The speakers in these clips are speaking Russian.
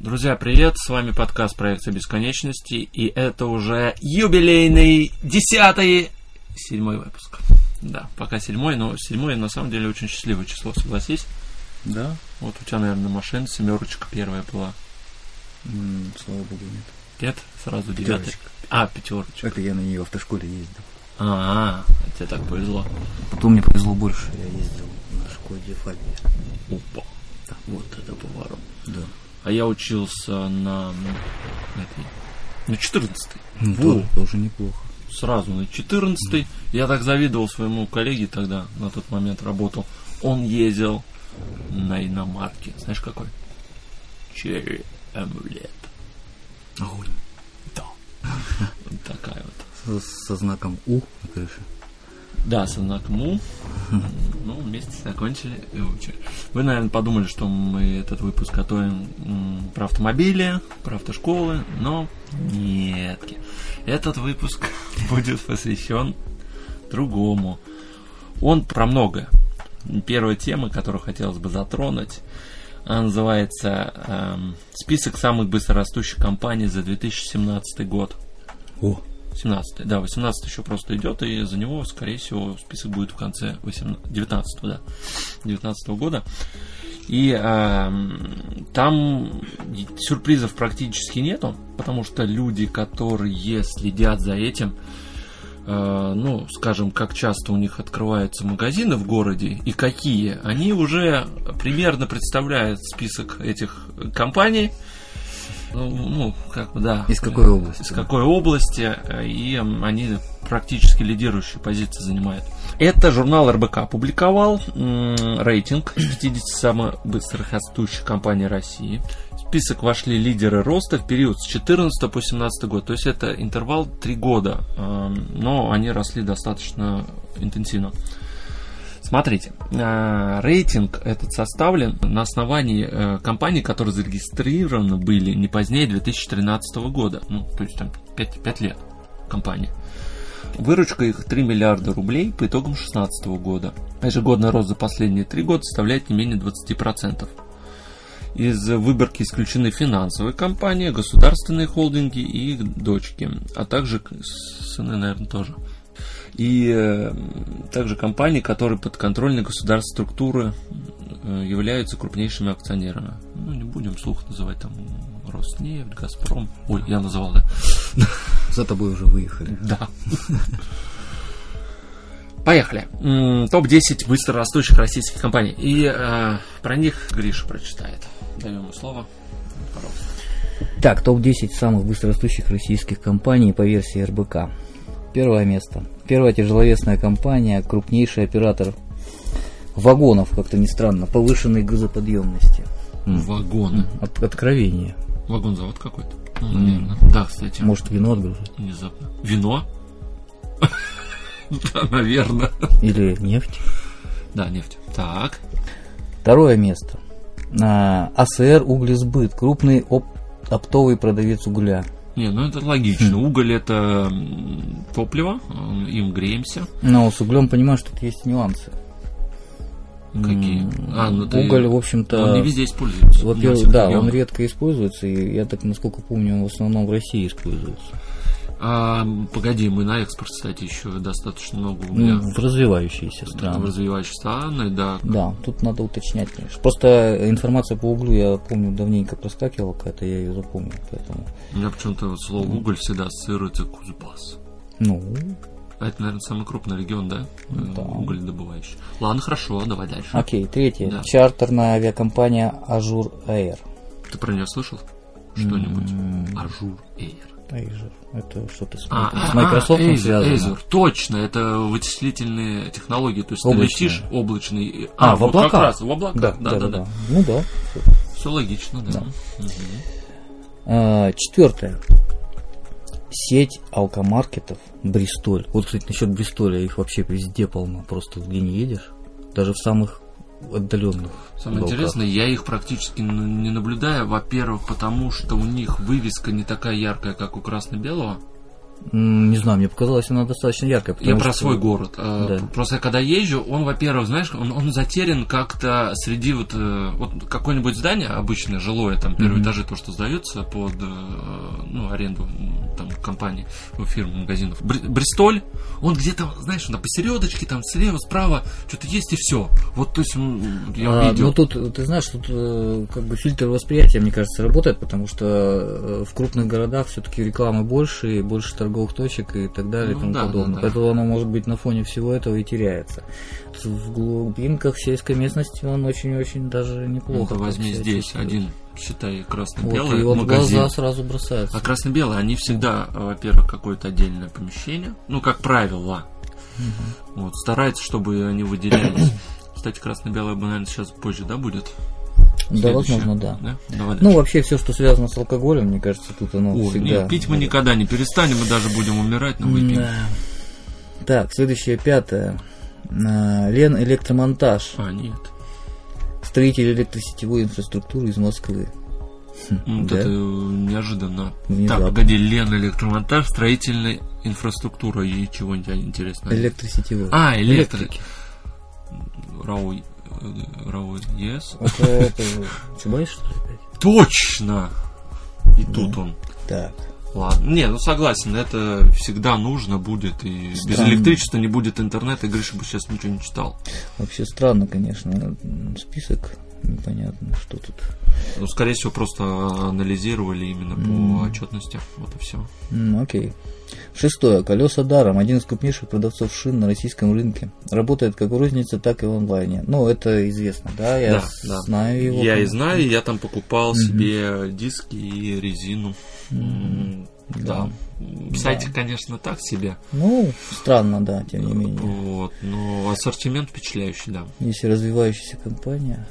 Друзья, привет! С вами подкаст «Проекция бесконечности», и это уже юбилейный 10-й, 7-й выпуск. Да, пока 7-й, но 7-й на самом деле очень счастливое число, согласись? Да. Вот у тебя, наверное, на машине 7-ка первая была. Слава богу, нет. Нет? Сразу 9. 5. Это я на нее в автошколе ездил. Тебе так повезло. Потом мне повезло больше, я ездил на Шкоде Фабия. Опа, Да. вот это поворот. Да. А я учился на 14-й. Тоже неплохо. Сразу на 14-й. Я так завидовал своему коллеге тогда, на тот момент работал. Он ездил на иномарке. Знаешь, какой? Cherry Amulet. Огонь. Да. Вот такая вот. Со знаком У на крыше. Да, со знаком У. Ну, вместе закончили и учили. Вы, наверное, подумали, что мы этот выпуск готовим про автомобили, про автошколы, но нет. Этот выпуск будет посвящен другому. Он про многое. Первая тема, которую хотелось бы затронуть, она называется «Список самых быстрорастущих компаний за 2017 год». 17-й, да, 18-й еще просто идет, и за него, скорее всего, список будет в конце 19-го года. И там сюрпризов практически нету, потому что люди, которые следят за этим, скажем, как часто у них открываются магазины в городе и какие, они уже примерно представляют список этих компаний. Из какой области? Из какой области, и они практически лидирующие позиции занимают. Это журнал РБК опубликовал рейтинг 50 самых быстрых растущих компаний России. В список вошли лидеры роста в период с 14 по 17 год, то есть это интервал 3 года, но они росли достаточно интенсивно. Смотрите, рейтинг этот составлен на основании компаний, которые зарегистрированы были не позднее 2013 года. То есть там 5 лет компании. Выручка их 3 миллиарда рублей по итогам 2016 года. Ежегодный рост за последние 3 года составляет не менее 20%. Из выборки исключены финансовые компании, государственные холдинги и их дочки, а также сыны, наверное, тоже. И также компании, которые подконтрольны государственной структуры, являются крупнейшими акционерами. Не будем вслух называть там Роснефть, Газпром. Ой, я называл, да? За тобой уже выехали. Да. Поехали. Топ-10 быстрорастущих российских компаний. И про них Гриша прочитает. Даем ему слово. Пожалуйста. Так, топ-10 самых быстрорастущих российских компаний по версии РБК. Первое место. Первая тяжеловесная компания, крупнейший оператор вагонов, как-то не странно, повышенной грузоподъемности. Вагоны. Откровение. Вагонзавод какой-то. Наверное. Да, кстати. Может, вино отгружать? Внезапно. Вино? Да, наверное. Или нефть? Да, нефть. Так. Второе место. АСР Углесбыт, крупный оптовый продавец угля. Это логично. Уголь это топливо, им греемся. Но с углем понимаю, что тут есть нюансы. Какие? Уголь, в общем-то... Он не везде используется. Во-первых, да, он редко используется, и я так, насколько помню, он в основном в России используется. Погоди, мы на экспорт, кстати, еще достаточно много угля. В развивающиеся страны. В развивающиеся страны, да. Да, тут надо уточнять, конечно. Просто информация по углю, я помню, давненько проскакивала какая-то, я ее запомнил, поэтому... У меня почему-то слово уголь всегда ассоциируется Кузбасс. Это, наверное, самый крупный регион, да? Да. Угледобывающий. Ладно, хорошо, давай дальше. Окей, третье. Да. Чартерная авиакомпания Azure Air. Ты про нее слышал что-нибудь? Azure Air. Azure. Это что-то с Microsoft связано? Azure. Точно, это вычислительные технологии. То есть облачные. Ты летишь облачный... в облака. Как раз, в облака. Да. Ну да. Все логично, да. Четвертое. Сеть алкомаркетов Бристоль. Вот, кстати, насчет Бристоля, их вообще везде полно. Просто где не едешь. Даже в самых отдаленных. Самое интересное, я их практически не наблюдаю. Во-первых, потому что у них вывеска не такая яркая, как у красно-белого. Не знаю, мне показалось, она достаточно яркая. Я про свой город. Да. Просто когда езжу, он, во-первых, знаешь, он затерян как-то среди вот какое-нибудь здание обычное, жилое, там, первые этажи, то, что сдается под аренду там, компаний, фирм, магазинов. Бристоль, он где-то, знаешь, на посередочке, там, слева, справа, что-то есть и все. Вот, то есть, я увидел. Ну, тут, ты знаешь, тут как бы фильтр восприятия, мне кажется, работает, потому что в крупных городах все-таки рекламы больше, и больше торговых точек и так далее и тому подобное. Да. Поэтому оно может быть на фоне всего этого и теряется. В глубинках сельской местности он очень-очень даже неплохо. Ну, возьми здесь чувствует. Один, считай, красно-белый и вот магазин. Глаза сразу бросаются. А красно-белые, они всегда, во-первых, какое-то отдельное помещение, ну, как правило. Вот, стараются, чтобы они выделялись. Кстати, красно-белое, наверное, сейчас позже, да, будет? Да, возможно, да. Ну, вообще, все, что связано с алкоголем, мне кажется, тут оно всегда... Нет, пить мы никогда не перестанем, мы даже будем умирать, но выпьем. Да. Так, следующее, 5-е. Лен Электромонтаж. Нет. Строитель электросетевой инфраструктуры из Москвы. Вот да? Это неожиданно. Внезапно. Так, погоди, Лен Электромонтаж, строительная инфраструктура и чего интересного? Электросетевой. Электрики. Рауй, yes. Это Чубайс, что ли, опять? Точно! И тут он. Так. Ладно. Не, ну согласен, это всегда нужно будет. И без электричества не будет интернета, и Гриша бы сейчас ничего не читал. Вообще странно, конечно, список. Непонятно, что тут. Ну, скорее всего, просто анализировали именно по отчетности. Вот и все. Окей. 6-е. Колеса даром. Один из крупнейших продавцов шин на российском рынке. Работает как в рознице, так и в онлайне. Ну, это известно, да? Я знаю его. Я и знаю, я там покупал себе диски и резину. Да. Сайтик, конечно, так себе. Ну, странно, да, тем не менее. Вот, но ассортимент впечатляющий, да. Если развивающаяся компания.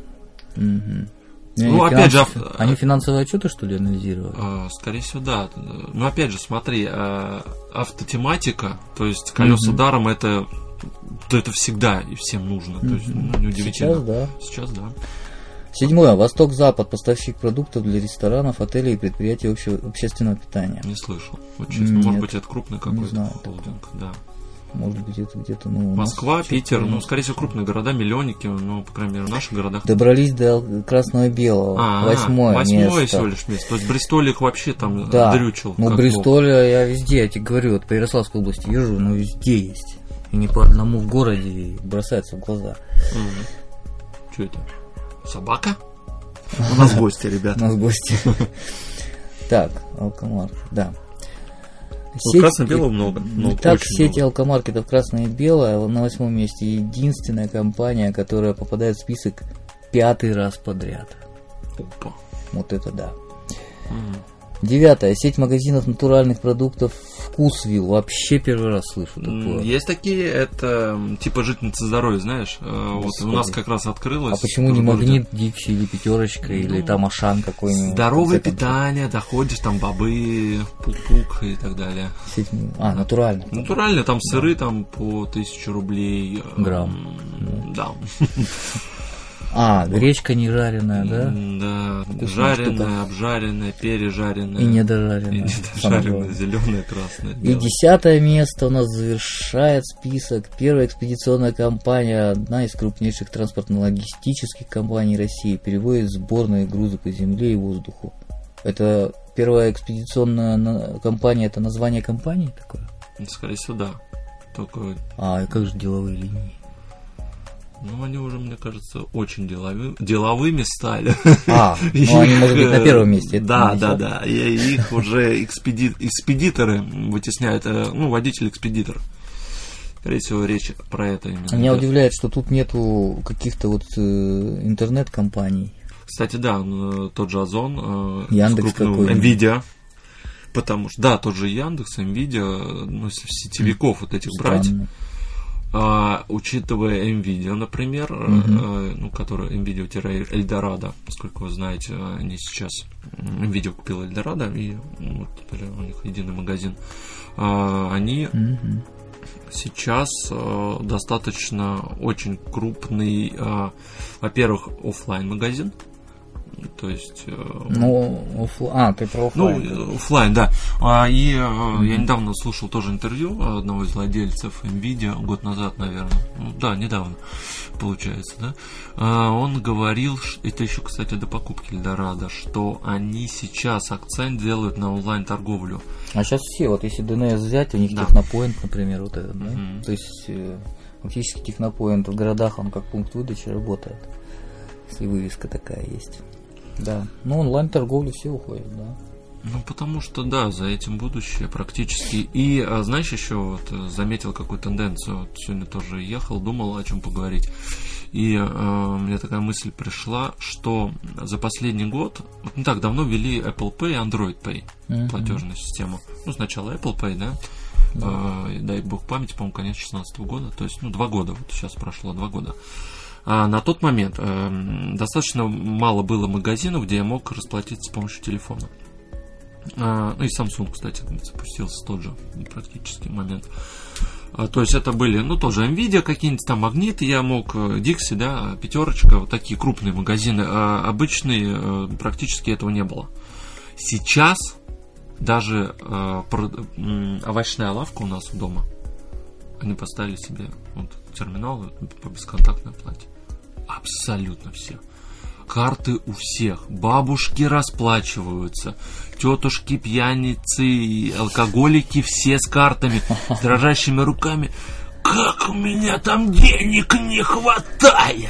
Ну, опять же... Они финансовые отчеты, что ли, анализировали? Скорее всего, да. Но опять же, смотри, автотематика, то есть колеса даром, это всегда и всем нужно. То есть, неудивительно. Сейчас, да. 7-е. Восток-Запад. Поставщик продуктов для ресторанов, отелей и предприятий общественного питания. Не слышал. Вот честно, может быть, это крупный какой-то холдинг, да. Может быть, это где-то... Москва, Питер, скорее всего, крупные города, миллионники, по крайней мере, в наших городах. Добрались до красного и белого. 8-е место. Всего лишь место. То есть Бристоль их вообще там дрючил. Ну, Бристоль я везде, я тебе говорю, вот по Ярославской области езжу, но везде есть. И не по одному в городе, и бросается в глаза. Что это? Собака? У нас гости, ребята. У нас гости. Так, Алкомаркет, да. Красно-белого много. Так, сеть алкомаркетов «Красное и белое» на 8-м месте. Единственная компания, которая попадает в список 5-й раз подряд. Опа. Вот это да. 9-е. Сеть магазинов натуральных продуктов «Вкусвилл». Вообще первый раз слышу такое. Есть такие, это типа житница здоровья, знаешь. Вот у нас как раз открылось. А почему не Магнит, Дикси или Пятерочка, или там Ашан какой-нибудь? Здоровое питание, доходишь, там бобы, пук-пук и так далее. Натурально. Натурально, там сыры там по 1000 рублей. Грамм. Да. Гречка не жареная, да? Да, жареная, обжаренная, пережаренная. И недожаренная. Зеленая, красная. И 10-е место у нас завершает список. Первая экспедиционная компания, одна из крупнейших транспортно-логистических компаний России, перевозит сборные грузы по земле и воздуху. Это первая экспедиционная компания, это название компании такое? Скорее всего, да. Только... и как же деловые линии? Они уже, мне кажется, очень деловыми стали. Они, может быть, на первом месте. Да. И их уже экспедиторы вытесняют, водитель-экспедитор. Скорее всего, речь про это именно. Меня удивляет, что тут нету каких-то интернет-компаний. Кстати, да, тот же Озон, Яндекс какой-нибудь. Nvidia. Потому что, да, тот же Яндекс, Nvidia, если сетевиков вот этих брать. Учитывая NVIDIA, например, который NVIDIA-Эльдорадо, насколько вы знаете, они сейчас NVIDIA купила Эльдорадо, и у них единый магазин. Они сейчас достаточно очень крупный, во-первых, офлайн магазин, То есть... ты про офлайн. Ну, офлайн, да. Я недавно слушал тоже интервью одного из владельцев NVIDIA, год назад, наверное. Недавно, получается, да. Он говорил, это еще, кстати, до покупки Эльдорадо, что они сейчас акцент делают на онлайн-торговлю. А сейчас все, вот если DNS взять, у них Технопоинт, например, вот этот, да? То есть, фактически Технопоинт в городах, он как пункт выдачи работает, если вывеска такая есть. Да, онлайн-торговля все уходит, да. Потому что, да, за этим будущее практически. И, знаешь, еще заметил какую тенденцию. Сегодня тоже ехал, думал, о чем поговорить. И мне такая мысль пришла, что за последний год, не так давно ввели Apple Pay и Android Pay, платежную систему. Сначала Apple Pay, да. Дай бог памяти, по-моему, конец 2016 года. То есть, 2 года, вот сейчас прошло 2 года. На тот момент достаточно мало было магазинов, где я мог расплатиться с помощью телефона. И Samsung, кстати, запустился тот же практически момент. То есть это были, тоже NVIDIA, какие-нибудь там Магниты, я мог, Dixie, да, Пятерочка, вот такие крупные магазины. Обычные практически этого не было. Сейчас даже овощная лавка у нас дома, они поставили себе терминал по бесконтактной оплате. Абсолютно все. Карты у всех. Бабушки расплачиваются. Тетушки, пьяницы, алкоголики, все с картами, с дрожащими руками. Как у меня там денег не хватает!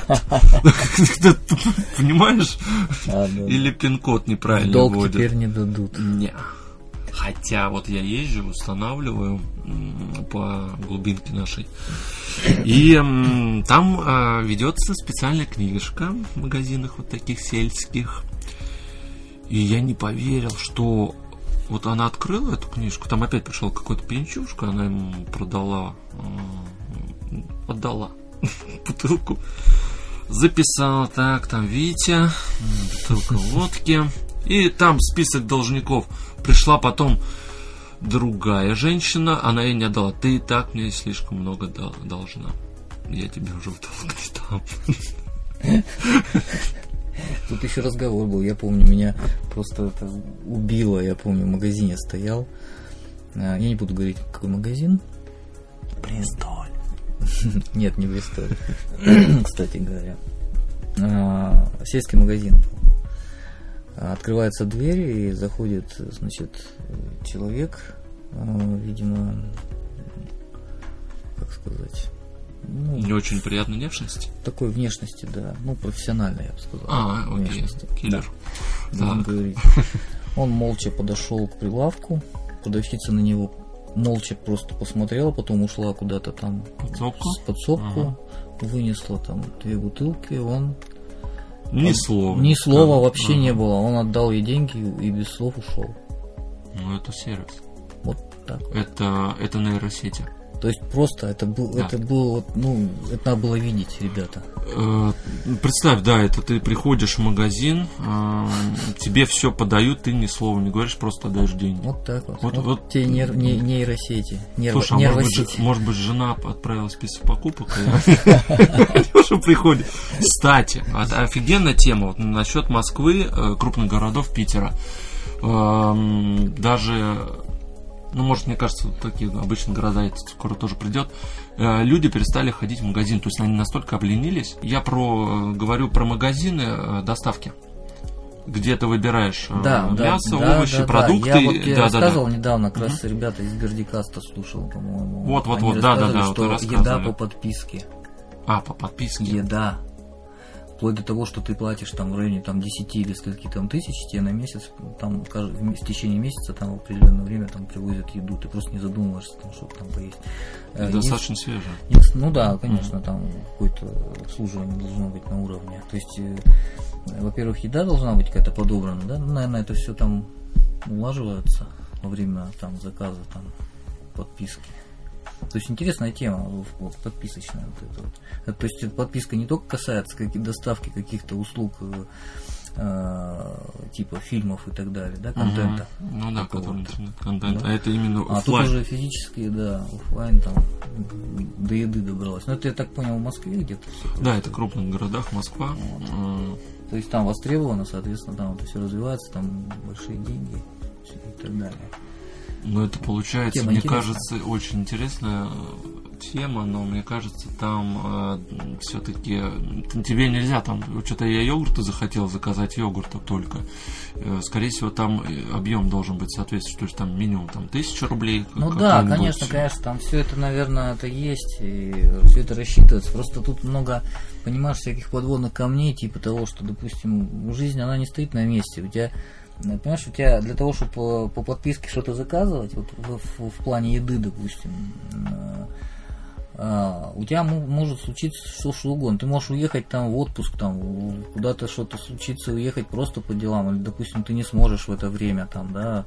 Понимаешь? Или пин-код неправильно вводят. Долг вводят. теперь не дадут. Не. Хотя я езжу, устанавливаю по глубинке нашей. И там ведется специальная книжка в магазинах вот таких сельских. И я не поверил, что она открыла эту книжку. Там опять пришел какой-то пьянчушка, она ему отдала бутылку. Записала так, там Витя, бутылка водки. И там список должников. Пришла потом другая женщина, она ей не отдала. Ты и так мне слишком много должна. Я тебе уже долго не дам. Тут еще разговор был, я помню, меня просто это убило. Я помню, в магазине стоял. Я не буду говорить, какой магазин. Бристоль. Нет, не Бристоль. Кстати говоря. Сельский магазин. Открывается дверь и заходит, человек, видимо, как сказать, не очень приятной внешности. Такой внешности, да, профессиональной, я бы сказал. Внешности. Киллер. Да. Говорить. Он молча подошел к прилавку, продавщица на него молча просто посмотрела, потом ушла куда-то там в подсобку, вынесла там 2 бутылки, он Ни слова. Ни слова вообще не было. Он отдал ей деньги и без слов ушел. Это сервис. Вот так. Это нейросети. То есть просто это было, это надо было видеть, ребята. Представь, это ты приходишь в магазин, тебе все подают, ты ни слова не говоришь, просто отдаешь деньги. Вот так вот. Вот те нейросети. Слушай, может быть, жена отправила список покупок, и уже приходит. Кстати, офигенная тема насчет Москвы, крупных городов, Питера. Даже... может, мне кажется, такие обычные города, это скоро тоже придет. Люди перестали ходить в магазин, то есть они настолько обленились. Я говорю про магазины доставки, где ты выбираешь мясо, овощи, продукты. Я рассказывал недавно, как раз ребята из Бердикаста слушал, по-моему. Что еда по подписке. По подписке? Еда. Вплоть до того, что ты платишь в районе 10 или скольки тысяч, тебе на месяц, в течение месяца в определенное время привозят еду, ты просто не задумываешься, что там поесть. Достаточно свежее. Конечно, там какое-то обслуживание должно быть на уровне. То есть, во-первых, еда должна быть какая-то подобрана, да? Наверное, это все улаживается во время заказа, подписки. То есть интересная тема подписочная. То есть подписка не только касается доставки каких-то услуг типа фильмов и так далее, да, контента. Ну да, который вот. интернет-контент. Да. А это именно А оффлайн. тут уже физически, да, оффлайн там до еды добралась. Ну, это, я так понял, в Москве где-то все. Да, это в крупных городах, Москва. Вот. То есть там востребовано, соответственно, там это все развивается, там большие деньги и так далее. Ну, это получается, Тема мне интересная. кажется, очень интересная тема, но мне кажется, там все-таки тебе нельзя там, что-то я йогурта захотел заказать йогурта только. Скорее всего, там объем должен быть соответствующий, то есть там минимум там 1000 рублей. Ну да, конечно, там все это, наверное, это есть, и все это рассчитывается. Просто тут много, понимаешь, всяких подводных камней, типа того, что, допустим, жизнь, она не стоит на месте. У тебя, понимаешь, для того, чтобы по подписке что-то заказывать, вот в плане еды, допустим, у тебя может случиться что угодно. Ты можешь уехать там в отпуск, там куда-то что-то случится, уехать просто по делам, или, допустим, ты не сможешь в это время там, да,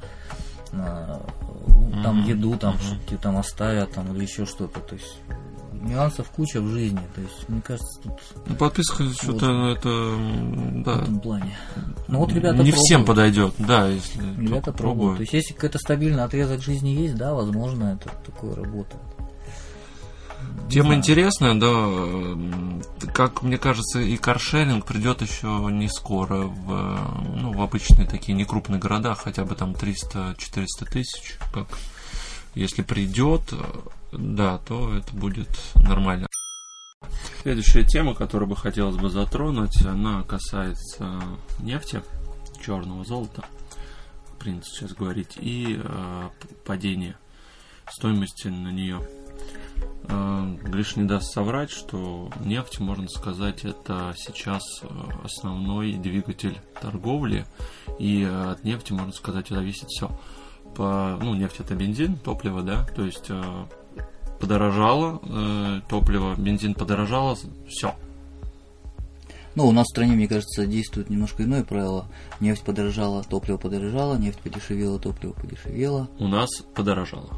там еду, там что-то тебе там оставят, там, или еще что-то. То есть нюансов куча в жизни. То есть, мне кажется, тут. Ну, подписка что-то это да. В этом плане. Ну вот ребята не пробуют. всем подойдет, да, если ребята пробуют. То есть, если какой-то стабильный отрезок жизни есть, да, возможно, это такое работает. Тема интересная, да. Как мне кажется, и каршеринг придет еще не скоро в обычные такие некрупные города, хотя бы там 300-400 тысяч. Как если придет, да, то это будет нормально. Следующая тема, которую бы хотелось бы затронуть, она касается нефти, черного золота, принято сейчас говорить, и падения стоимости на нее. Гриш не даст соврать, что нефть, можно сказать, это сейчас основной двигатель торговли, и от нефти, можно сказать, зависит все. Нефть это бензин, топливо, да, то есть подорожало топливо, бензин подорожало, все. Ну, у нас в стране, мне кажется, действует немножко иное правило. Нефть подорожала, топливо подорожало, нефть подешевела, топливо подешевело. У нас подорожало.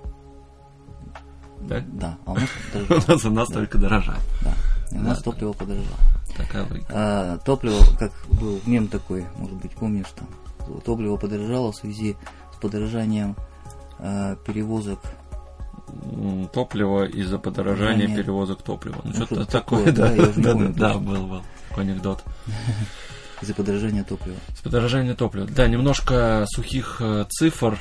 Да? Да, а у нас подорожало. У нас только дорожает. Да, у нас топливо подорожало. Такая логика. Топливо, как был мем такой, может быть, помнишь, там, топливо подорожало в связи с подорожанием перевозок. Топливо из-за подорожания перевозок топлива. Ну, что-то такое, да. Да, был такой анекдот. Из-за подорожания топлива. С подорожания топлива. Да, немножко сухих цифр.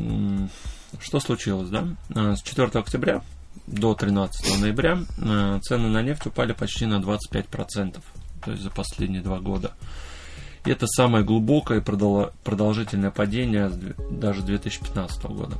Что случилось, да? С 4 октября до 13 ноября цены на нефть упали почти на 25%, то есть за последние 2 года. И это самое глубокое и продолжительное падение даже 2015 года.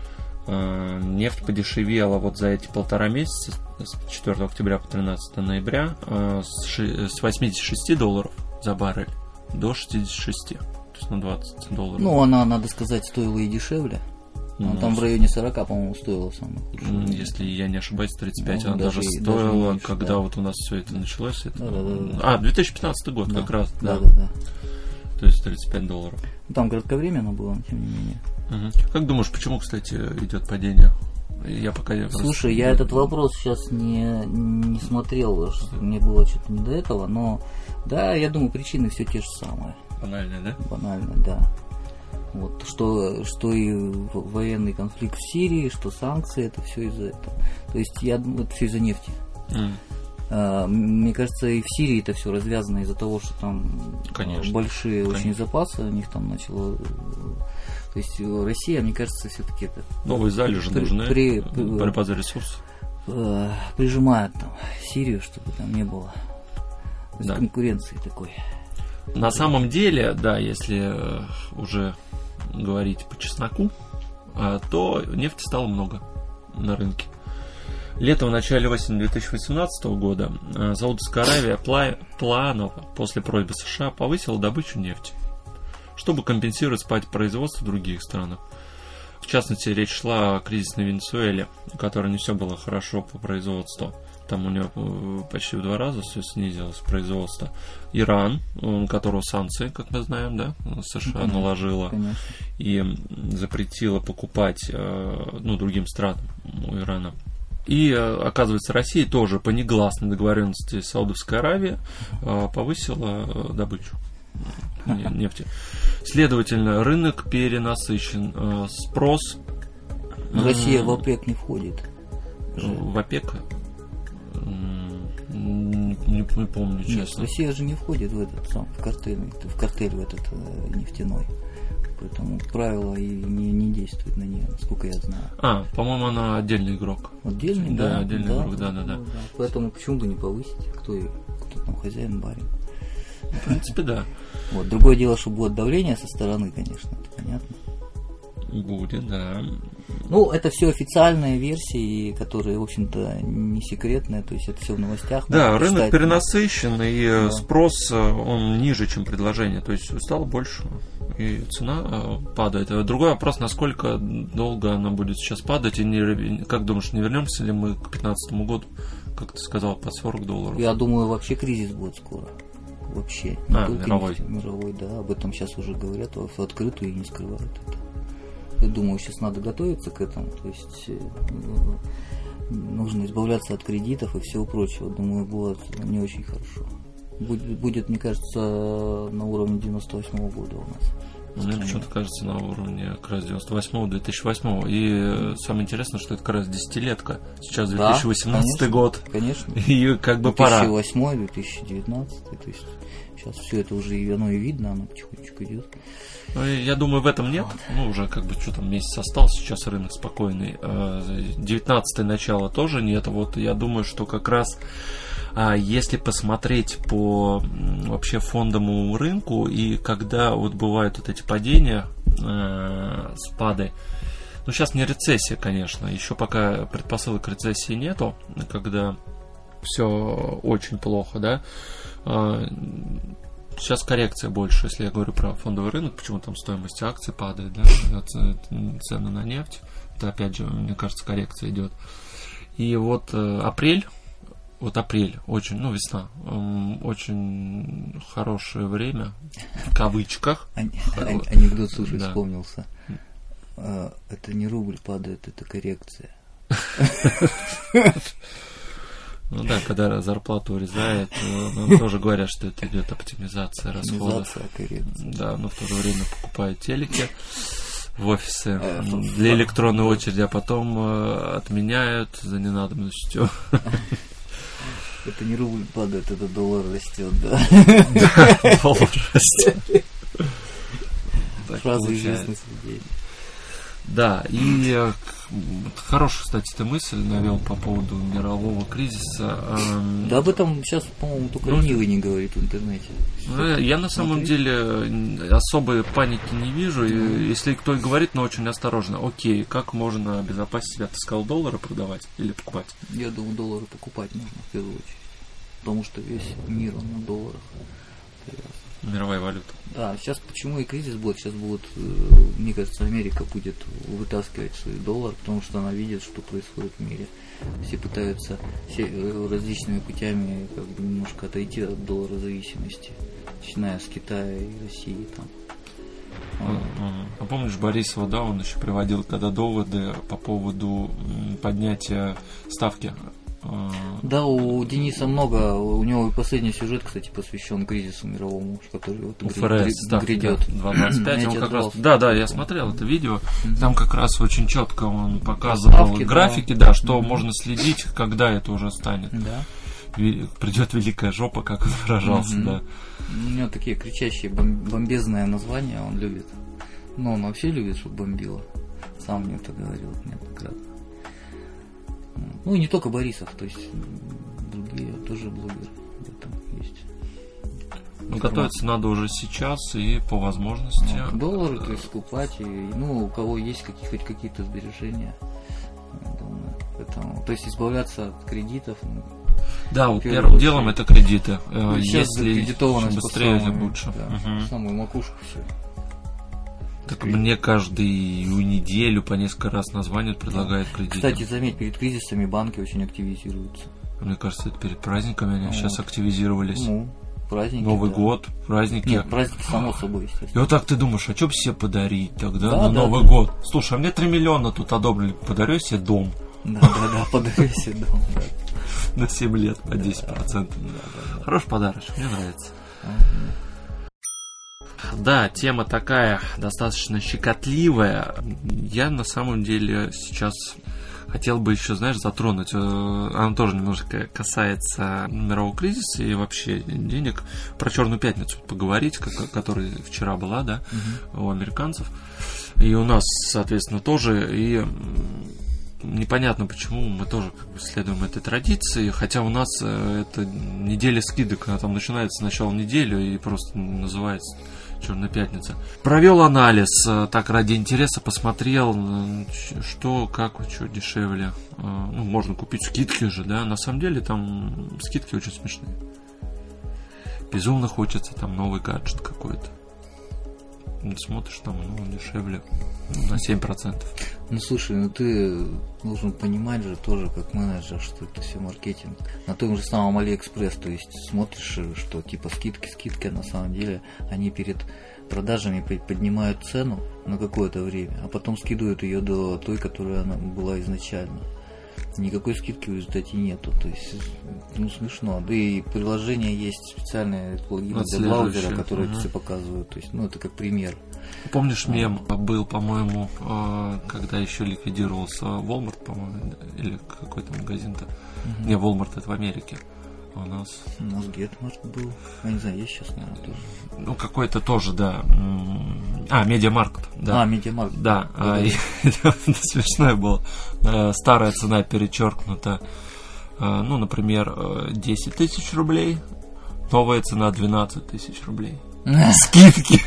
Нефть подешевела вот за эти 1,5 месяца, с 4 октября по 13 ноября, с 86 долларов за баррель до 66, то есть на 20 долларов. Ну, она, надо сказать, стоила и дешевле. Там в районе 40, по-моему, стоило самое. Если я не ошибаюсь, 35 она даже стоила, меньше, когда да. Вот у нас все это началось. Да. 2015 год как раз, да. То есть 35 долларов. Там кратковременно было, но тем не менее. Как думаешь, почему, кстати, идет падение? Я пока Слушай, я этот вопрос сейчас не смотрел, мне было что-то не до этого, но да, я думаю, причины все те же самые. Банальные, да? Банальные, да. Вот, что и военный конфликт в Сирии, что санкции, это все из-за этого. То есть я думаю, это все из-за нефти. Мне кажется, и в Сирии это все развязано из-за того, что там большие очень запасы у них там начало. То есть Россия, мне кажется, все-таки это новые залежи нужны. Борьба за ресурсы. Прижимает там Сирию, чтобы там не было конкуренции такой. На самом деле, да, если уже говорить по чесноку, то нефти стало много на рынке. Летом, в начале осени 2018 года Саудовская Аравия планово после просьбы США повысила добычу нефти, чтобы компенсировать спад производства в других странах. В частности, речь шла о кризисной Венесуэле, у которой не все было хорошо по производству. Там у нее почти в 2 раза все снизилось производство. Иран, у которого санкции, как мы знаем, да, США наложила и запретила покупать другим странам у Ирана. И, оказывается, Россия тоже по негласной договоренности с Саудовской Аравией повысила добычу. нефти. Следовательно, рынок перенасыщен. Спрос... Россия в ОПЕК не входит. В ОПЕК? Не помню, честно. Нет, Россия же не входит в этот в картель в этот нефтяной. Поэтому правила и не действуют на нее, насколько я знаю. По-моему, она отдельный игрок. Отдельный, да. Отдельный игрок, да. Поэтому почему бы не повысить? Кто там хозяин, барин? В принципе, да. Вот. Другое дело, что будет давление со стороны, конечно, это понятно. Будет, да. Ну, это все официальные версии, которые, в общем-то, не секретные, то есть это все в новостях. Да, рынок перенасыщен, и спрос, он ниже, чем предложение, то есть стало больше, и цена падает. Другой вопрос, насколько долго она будет сейчас падать, и как думаешь, не вернемся ли мы к 2015 году, как ты сказал, под $40? Я думаю, вообще кризис будет скоро. Вообще. Мировой, да, об этом сейчас уже говорят, в открытую и не скрывают это. Я думаю, сейчас надо готовиться к этому, то есть нужно избавляться от кредитов и всего прочего. Думаю, будет не очень хорошо. Будет, мне кажется, на уровне 98-го года у нас. Мне почему-то кажется на уровне как раз 98-го, 2008-го. И самое интересное, что это как раз десятилетка. Сейчас 2018 год. Конечно. И как бы пора. 2008, 2019. То есть сейчас все это уже оно и видно, оно потихонечку идет. Я думаю, в этом нет. Уже как бы что там, месяц остался, сейчас рынок спокойный. 19-е начало тоже нет. Вот я думаю, что как раз если посмотреть по вообще фондовому рынку, и когда вот бывают вот эти падения, спады, сейчас не рецессия, конечно, еще пока предпосылок к рецессии нету, когда все очень плохо, да. Сейчас коррекция больше, если я говорю про фондовый рынок, почему там стоимость акций падает, да, цены на нефть, это опять же, мне кажется, коррекция идет. И вот апрель, очень, весна, очень хорошее время, в кавычках. Анекдот, слушай, вспомнился. Это не рубль падает, это коррекция. Когда зарплату урезают, нам тоже говорят, что это идет оптимизация расходов. Да, но в то же время покупают телеки в офисы для электронной очереди, а потом отменяют за ненадобностью. Это не рубль падает, это доллар растет, да? Да, доллар растет. Фраза известных людей. Да, и хорошую, кстати, ты мысль навел по поводу мирового кризиса. Да об этом сейчас, по-моему, только ленивый не говорит в интернете. Я на самом деле особой паники не вижу. И если кто и говорит, но очень осторожно. Окей, как можно обезопасить себя? Ты сказал, доллары продавать или покупать? Я думаю, доллары покупать нужно в первую очередь. Потому что весь мир он на долларах. Мировая валюта. Да, сейчас почему и кризис будет? Сейчас будут, мне кажется, Америка будет вытаскивать свой доллар, потому что она видит, что происходит в мире. Все пытаются различными путями как бы немножко отойти от долларозависимости, начиная с Китая и России там. А помнишь Борисова, да, он еще приводил когда доводы по поводу поднятия ставки. Да, у Дениса много, у него последний сюжет, кстати, посвящен кризису мировому, который вот грядет. 2.25, он как раз, да, я смотрел это видео, там как раз очень четко он показывал графики, да, что можно следить, когда это уже станет. Да. Придет великая жопа, как он выражался, да. У него такие кричащие бомбезные названия, он любит. Но он вообще любит, чтобы бомбило. Сам мне это говорил неоднократно. Ну и не только Борисов, то есть другие тоже блогеры в этом есть. Готовиться надо уже сейчас и по возможности. Доллары, то есть скупать, и, у кого есть хоть какие-то сбережения, я думаю, поэтому, то есть избавляться от кредитов. Да, первым делом это кредиты. Если чем быстрее, тем лучше. Самую макушку все. Так мне каждую неделю по несколько раз названивают, предлагают кредиты. Кстати, заметь, перед кризисами банки очень активизируются. Мне кажется, это перед праздниками они сейчас активизировались. Праздники. Новый год, праздники. Нет, праздники само собой, естественно. И вот так ты думаешь, а что бы себе подарить тогда на Новый год? Слушай, а мне 3 миллиона тут одобрили, подарю себе дом. Да, подарю себе дом. На 7 лет по 10%. Хороший подарок, мне нравится. Да, тема такая достаточно щекотливая. Я на самом деле сейчас хотел бы еще, знаешь, затронуть, она тоже немножко касается мирового кризиса и вообще денег, про Черную пятницу поговорить, которая вчера была, да, у американцев, и у нас, соответственно, тоже, и непонятно, почему мы тоже как бы следуем этой традиции, хотя у нас это неделя скидок, она там начинается с начала недели и просто называется Черная пятница. Провел анализ, так ради интереса, посмотрел, что, как, что дешевле. Ну, можно купить скидки же, да. На самом деле там скидки очень смешные. Безумно хочется там новый гаджет какой-то. Смотришь, там, дешевле на 7%. Ну слушай, ты должен понимать же тоже как менеджер, что это все маркетинг. На том же самом Алиэкспресс, то есть смотришь, что типа скидки, а на самом деле они перед продажами поднимают цену на какое-то время, а потом скидывают ее до той, которая она была изначально. Никакой скидки в результате нету. То есть, смешно. Да и приложение есть специальные плагины для браузера, которые все показывают. То есть, это как пример. Помнишь, мем был, по-моему, когда еще ликвидировался Walmart, по-моему, или какой-то магазин-то. Не, Walmart это в Америке. У нас Гетмарт был. Я не знаю, есть сейчас, наверное, тоже. Ну, какой-то тоже, да. Медиамаркт. Да. Медиамаркт. Да. Смешное было. Старая цена перечеркнута. Например, 10 тысяч рублей. Новая цена 12 тысяч рублей. Скидки.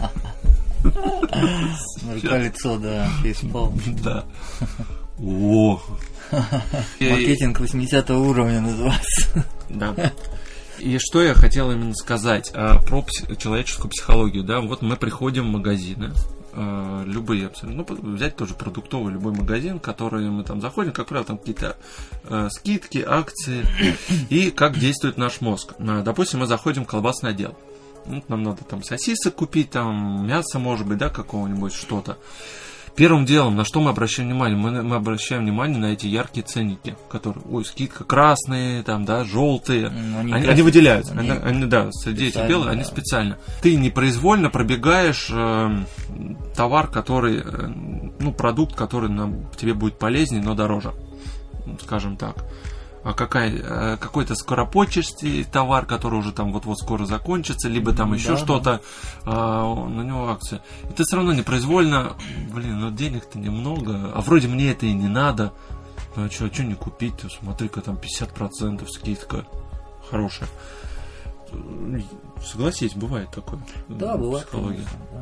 Лицо, да, фейспалм. Да. О. Маркетинг 80 уровня называется. Да. И что я хотел именно сказать про человеческую психологию, да, вот мы приходим в магазины, любые абсолютно, взять тоже продуктовый любой магазин, который мы там заходим, как правило, там какие-то скидки, акции, и как действует наш мозг. Допустим, мы заходим в колбасный отдел. Нам надо там сосисок купить, там мясо, может быть, да, какого-нибудь, что-то. Первым делом, на что мы обращаем внимание? Мы обращаем внимание на эти яркие ценники, которые, скидка красные, там, да, желтые. Они выделяются. Они, да, среди этих белых, они специально. Ты непроизвольно пробегаешь товар, который, продукт, который тебе будет полезнее, но дороже, скажем так. Какой-то скоропотчий товар, который уже там вот-вот скоро закончится, либо там еще что-то, на него акция. И ты все равно непроизвольно, денег-то немного, а вроде мне это и не надо. А что не купить? Смотри-ка, там 50% скидка хорошая. Согласись, бывает такое. Да, бывает. Психология.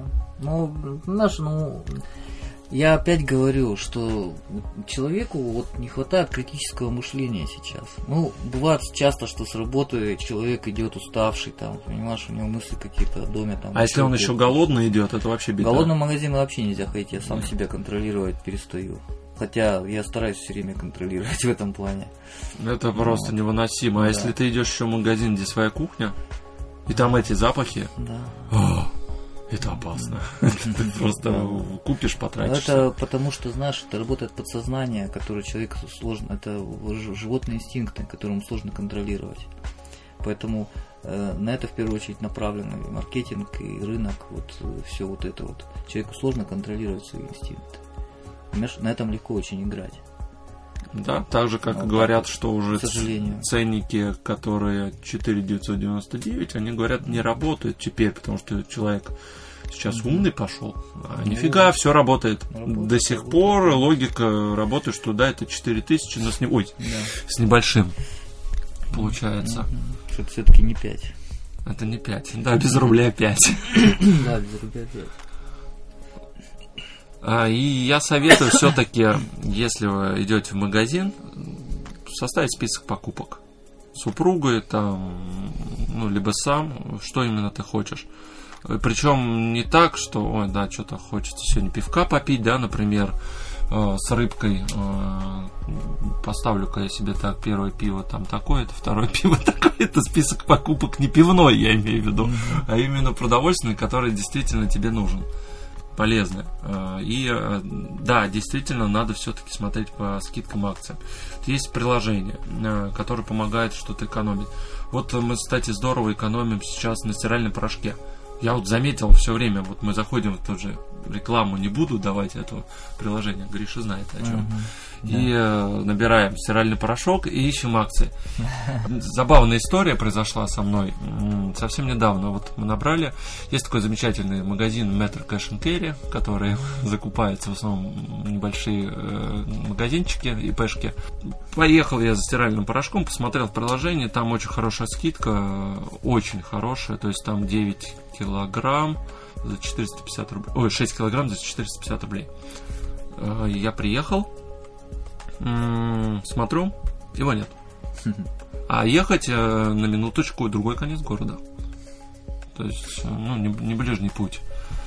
Да. Я опять говорю, что человеку не хватает критического мышления сейчас. Бывает часто, что с работы человек идет уставший, там, понимаешь, у него мысли какие-то о доме. Там, если он еще голодный идет, это вообще беда. В голодный магазин вообще нельзя ходить, я сам себя контролировать перестаю. Хотя я стараюсь все время контролировать в этом плане. Это просто невыносимо. А если ты идешь еще в магазин, где своя кухня, и там эти запахи... Да. Это опасно. Ты просто купишь, потратишься. Это потому что, знаешь, это работает подсознание, которое человеку сложно. Это животные инстинкты, которым сложно контролировать. Поэтому на это в первую очередь направлен и маркетинг, и рынок, все это. Человеку сложно контролировать свои инстинкты. Понимаешь, на этом легко очень играть. Да, так же, как говорят, что уже ценники, которые 4,999, они говорят, не работают теперь, потому что человек сейчас умный пошел, а нифига, все работает. До сих пор логика работает, что да, это 4000, но с небольшим получается. Что это все-таки не 5. Это не 5, да, без рубля 5. Да, без рубля 5. И я советую все-таки, если вы идете в магазин, составить список покупок. Супругой, там, либо сам, что именно ты хочешь. Причем не так, что, что-то хочется сегодня пивка попить, да, например, с рыбкой. Поставлю-ка я себе так, первое пиво там такое-то, второе пиво такое-то. Список покупок не пивной, я имею в виду, а именно продовольственный, который действительно тебе нужен. Полезно. И да, действительно, надо все-таки смотреть по скидкам, акциям. Есть приложения, которые помогают что-то экономить. Вот мы, кстати, здорово экономим сейчас на стиральном порошке. Я вот заметил все время, вот мы заходим в ту же рекламу, не буду давать это приложение, Гриша знает о чем. И набираем стиральный порошок и ищем акции. Забавная история произошла со мной совсем недавно. Вот мы набрали, есть такой замечательный магазин Metro Cash and Carry, который закупается в основном небольшие магазинчики и пешки. Поехал я за стиральным порошком, посмотрел в приложении, там очень хорошая скидка, очень хорошая, то есть там 9 килограмм за 450 рублей, ой, 6 килограмм за 450 рублей. Я приехал, смотрю, его нет. А ехать на минуточку другой конец города. То есть, ну, не ближний путь.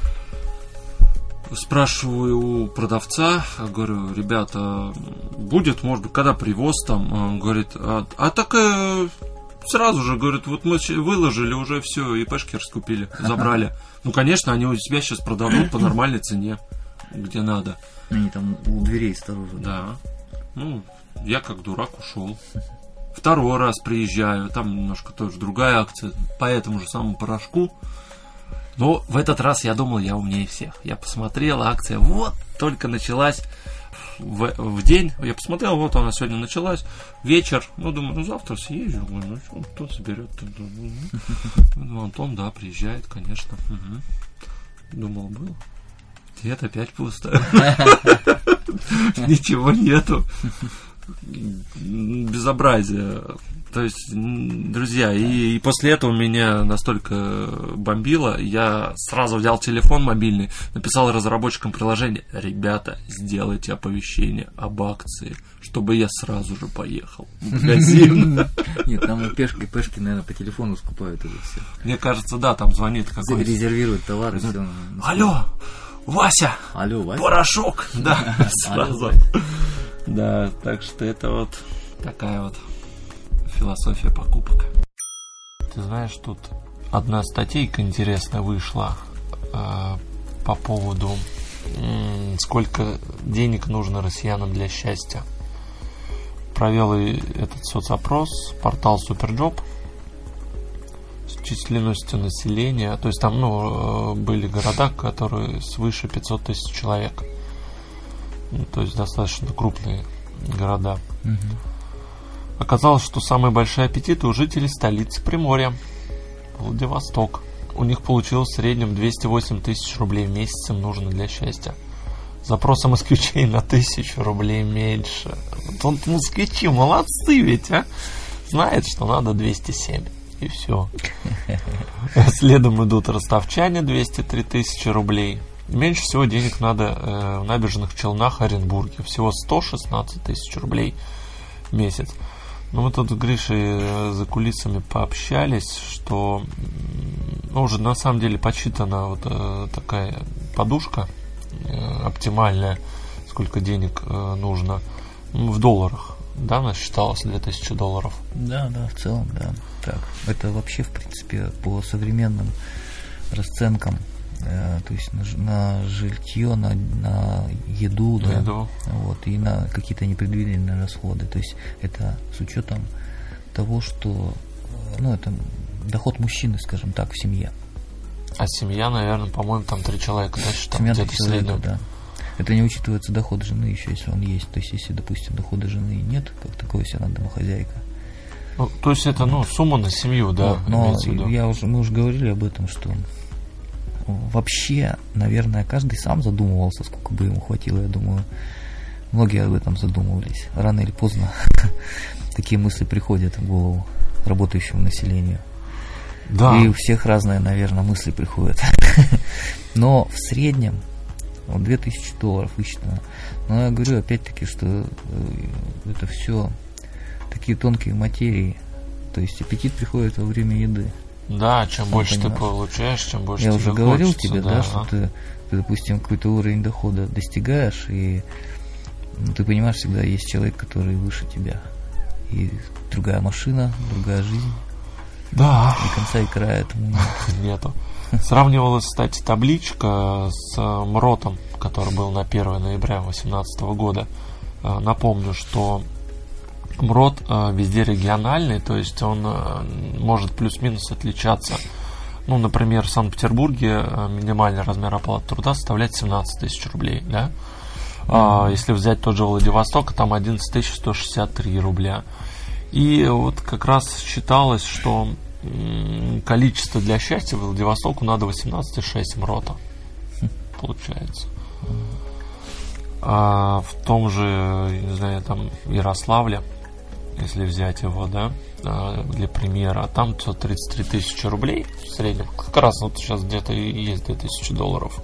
Спрашиваю у продавца, говорю, ребята, будет, может быть, когда привоз там? Он говорит, так сразу же, говорит, вот мы выложили уже все, и пешки раскупили, забрали. Ну, конечно, они у тебя сейчас продадут по нормальной цене, где надо. Они там у дверей снаружи. Да. Ну, я как дурак ушел. Второй раз приезжаю, там немножко тоже другая акция, по этому же самому порошку. Но в этот раз я думал, я умнее всех. Я посмотрел, акция вот только началась в день. Я посмотрел, вот она сегодня началась. Вечер, ну, думаю, ну, завтра съезжу. Ну, что, кто соберет? Ну, Антон, да, приезжает, конечно. Думал, было. Нет, опять пусто. Ничего нету. Безобразие. То есть, друзья, и после этого меня настолько бомбило, я сразу взял телефон мобильный, написал разработчикам приложения: ребята, сделайте оповещение об акции, чтобы я сразу же поехал в магазин. Нет, там пешки, наверное, по телефону скупают это все. Мне кажется, да, там звонит какой-то. Резервируют товар и все. Алло, Вася! Алло, Вася! Порошок! Да, сразу. Да, так что это вот такая вот философия покупок. Ты знаешь, тут одна статейка интересная вышла по поводу, сколько денег нужно россиянам для счастья. Провел этот соцопрос портал Superjob с численностью населения. То есть там, были города, которые свыше 500 тысяч человек. То есть достаточно крупные города. Оказалось, что самые большие аппетиты у жителей столицы Приморья, Владивосток. У них получилось в среднем 208 тысяч рублей в месяц им нужно для счастья. Запросы москвичей на 1000 рублей меньше. Вот москвичи молодцы ведь, а? Знает, что надо 207. И все. Следом идут ростовчане, 203 тысячи рублей. Меньше всего денег надо в Набережных Челнах, Оренбурге. Всего 116 тысяч рублей в месяц. Но мы тут с Гришей за кулисами пообщались, что уже на самом деле подсчитана вот такая подушка оптимальная, сколько денег нужно в долларах. Да, она считалась $2000. Да, в целом, да. Так, это вообще, в принципе, по современным расценкам, то есть на жилье, на еду, да, вот, и на какие-то непредвиденные расходы. То есть это с учетом того, что, это доход мужчины, скажем так, в семье. А семья, наверное, по-моему, там 3 человека, да, считаем, семья где-то в среднем. Да. Это не учитывается доход жены еще, если он есть. То есть, если, допустим, дохода жены нет, как такое, если она домохозяйка. То есть это, сумма на семью, да. Но мы уже говорили об этом, что вообще, наверное, каждый сам задумывался, сколько бы ему хватило. Я думаю, многие об этом задумывались. Рано или поздно такие мысли приходят в голову работающему населению. Да. И у всех разные, наверное, мысли приходят. Но в среднем $2000 высчитано. Но я говорю, опять-таки, что это все такие тонкие материи. То есть аппетит приходит во время еды. Да, чем больше ты получаешь, чем больше я тебе уже говорил хочется, тебе, да, что ты, допустим, какой-то уровень дохода достигаешь, и ты понимаешь, всегда есть человек, который выше тебя. И другая машина, другая жизнь. Да. Ни конца и края этому нету. Сравнивалась, кстати, табличка с МРОТом, который был на 1 ноября 2018 года. Напомню, что МРОТ везде региональный, то есть он может плюс-минус отличаться ну, например, в Санкт-Петербурге минимальный размер оплаты труда составляет 17 тысяч рублей, да? Если взять тот же Владивосток, там 11 163 рубля. И вот как раз считалось, что количество для счастья Владивостоку надо 18,6 МРОТа, получается. А в том же, не знаю, там Ярославле, если взять его, да, для примера, там 133 тысячи рублей в среднем, как раз вот сейчас где-то есть 2000 долларов,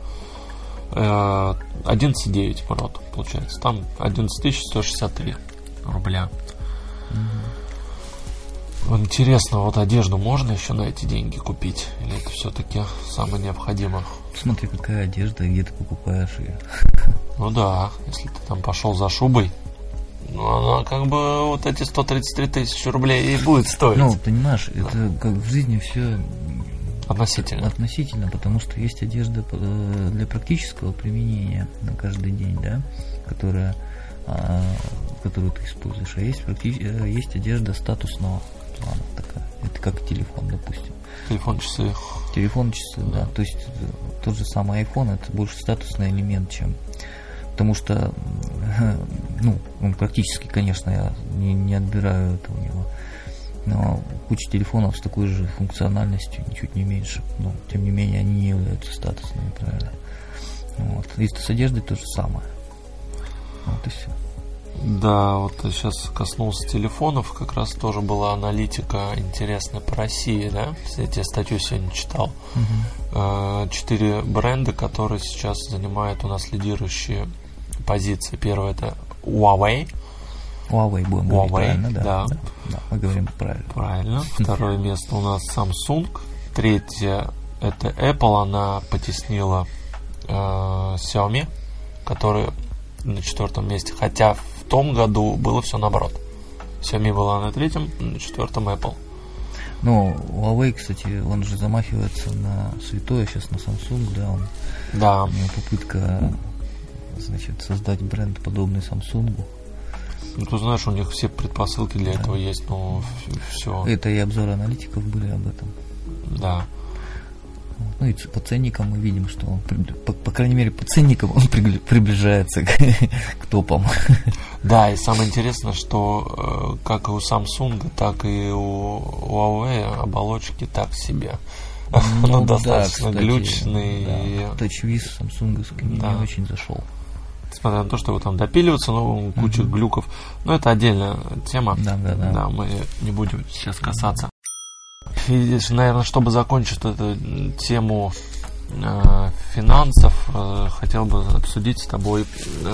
11,9 МРОТ, получается, там 11 163 рубля. Интересно, вот одежду можно еще на эти деньги купить? Или это все-таки самое необходимое? Смотри, какая одежда, где ты покупаешь ее. Ну да, если ты там пошел за шубой, ну она как бы вот эти 133 тысячи рублей и будет стоить. Ну, понимаешь, это как в жизни все относительно, потому что есть одежда для практического применения на каждый день, да, которую ты используешь, а есть одежда статусного плана такая. Это как телефон, допустим. Телефон-часы, да. То есть тот же самый iPhone — это больше статусный элемент, чем... Потому что, ну, он практически, конечно, я не отбираю это у него, но куча телефонов с такой же функциональностью, ничуть не меньше, но тем не менее они не являются статусными, правильно? Вот. И с одеждой то же самое. Вот и все. Да, вот сейчас коснулся телефонов, как раз тоже была аналитика интересная по России, да? Я тебе статью сегодня читал. 4 бренда, которые сейчас занимают у нас лидирующие позиции. Первый — это Huawei. Huawei будем говорить, правильно? Да. Да, мы говорим правильно. Правильно. Второе место у нас Samsung. Третье — это Apple, она потеснила Xiaomi, который на 4 месте, хотя в том году было все наоборот. Xiaomi была на 3-м, на 4-м Apple. Ну, Huawei, кстати, он же замахивается на святое сейчас, на Samsung, да, Да. У него попытка, значит, создать бренд, подобный Samsung. Ну, ты знаешь, у них все предпосылки для этого есть, но все. Это и обзоры аналитиков были об этом. Да. Ну и по ценникам мы видим, что он, по крайней мере, по ценникам он приближается к топам. Да, и самое интересное, что как и у Samsung, так и у Huawei оболочки так себе. Ну, достаточно глючные. Да, TouchWiz самсунговский мне не очень зашел. Несмотря на то, что его там допиливаться, но куча глюков. Но это отдельная тема. Да, мы не будем сейчас касаться. И, наверное, чтобы закончить эту тему финансов, хотел бы обсудить с тобой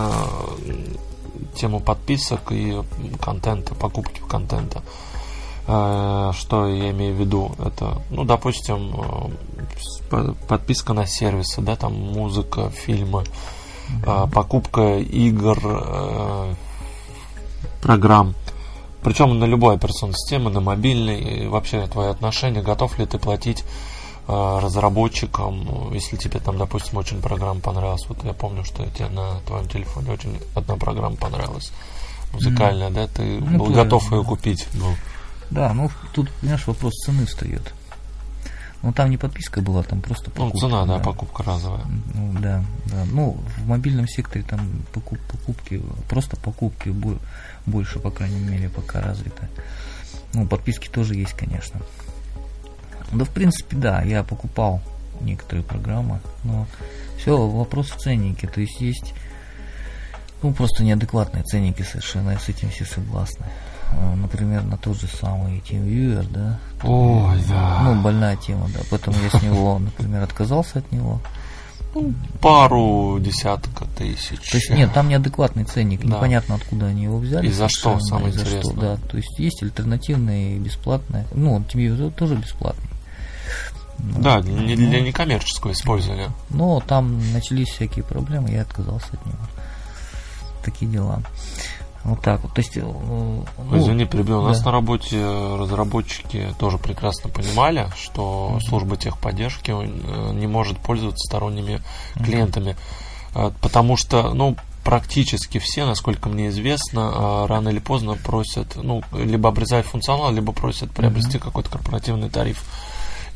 тему подписок и контента, покупки контента. Что я имею в виду? Это, ну, допустим, подписка на сервисы, да, там музыка, фильмы, покупка игр, программ. Причем на любой операционной системе, на мобильной, и вообще твои отношения, готов ли ты платить разработчикам, если тебе там, допустим, очень программа понравилась. Вот я помню, что тебе на твоем телефоне очень одна программа понравилась, музыкальная, да, ты был готов ее купить. Да, ну тут, понимаешь, вопрос цены встает. Ну там не подписка была, там просто покупка. Ну, цена, да, покупка разовая. Ну, да. Ну, в мобильном секторе там покупки, просто покупки больше, по крайней мере, пока развито. Ну, подписки тоже есть, конечно. Да, в принципе, да, я покупал некоторые программы, но все, вопрос в ценнике. То есть ну, просто неадекватные ценники совершенно, с этим все согласны. Например, на тот же самый TeamViewer, да. Ой, да. Ну, больная тема, да. Поэтому я с него, например, отказался от него. Ну, пару десятка тысяч. То есть, нет, там неадекватный ценник, да. Непонятно, откуда они его взяли. И за что, самое интересное. Что, да. То есть, есть альтернативные и бесплатные. Ну, TeamViewer тоже бесплатный. Да, для некоммерческого использования. Но там начались всякие проблемы, я отказался от него. Такие дела. Вот так вот. То есть, извини, перебил. У нас на работе разработчики тоже прекрасно понимали, что служба техподдержки не может пользоваться сторонними клиентами, потому что, ну, практически все, насколько мне известно, рано или поздно просят, ну, либо обрезать функционал, либо просят приобрести какой-то корпоративный тариф.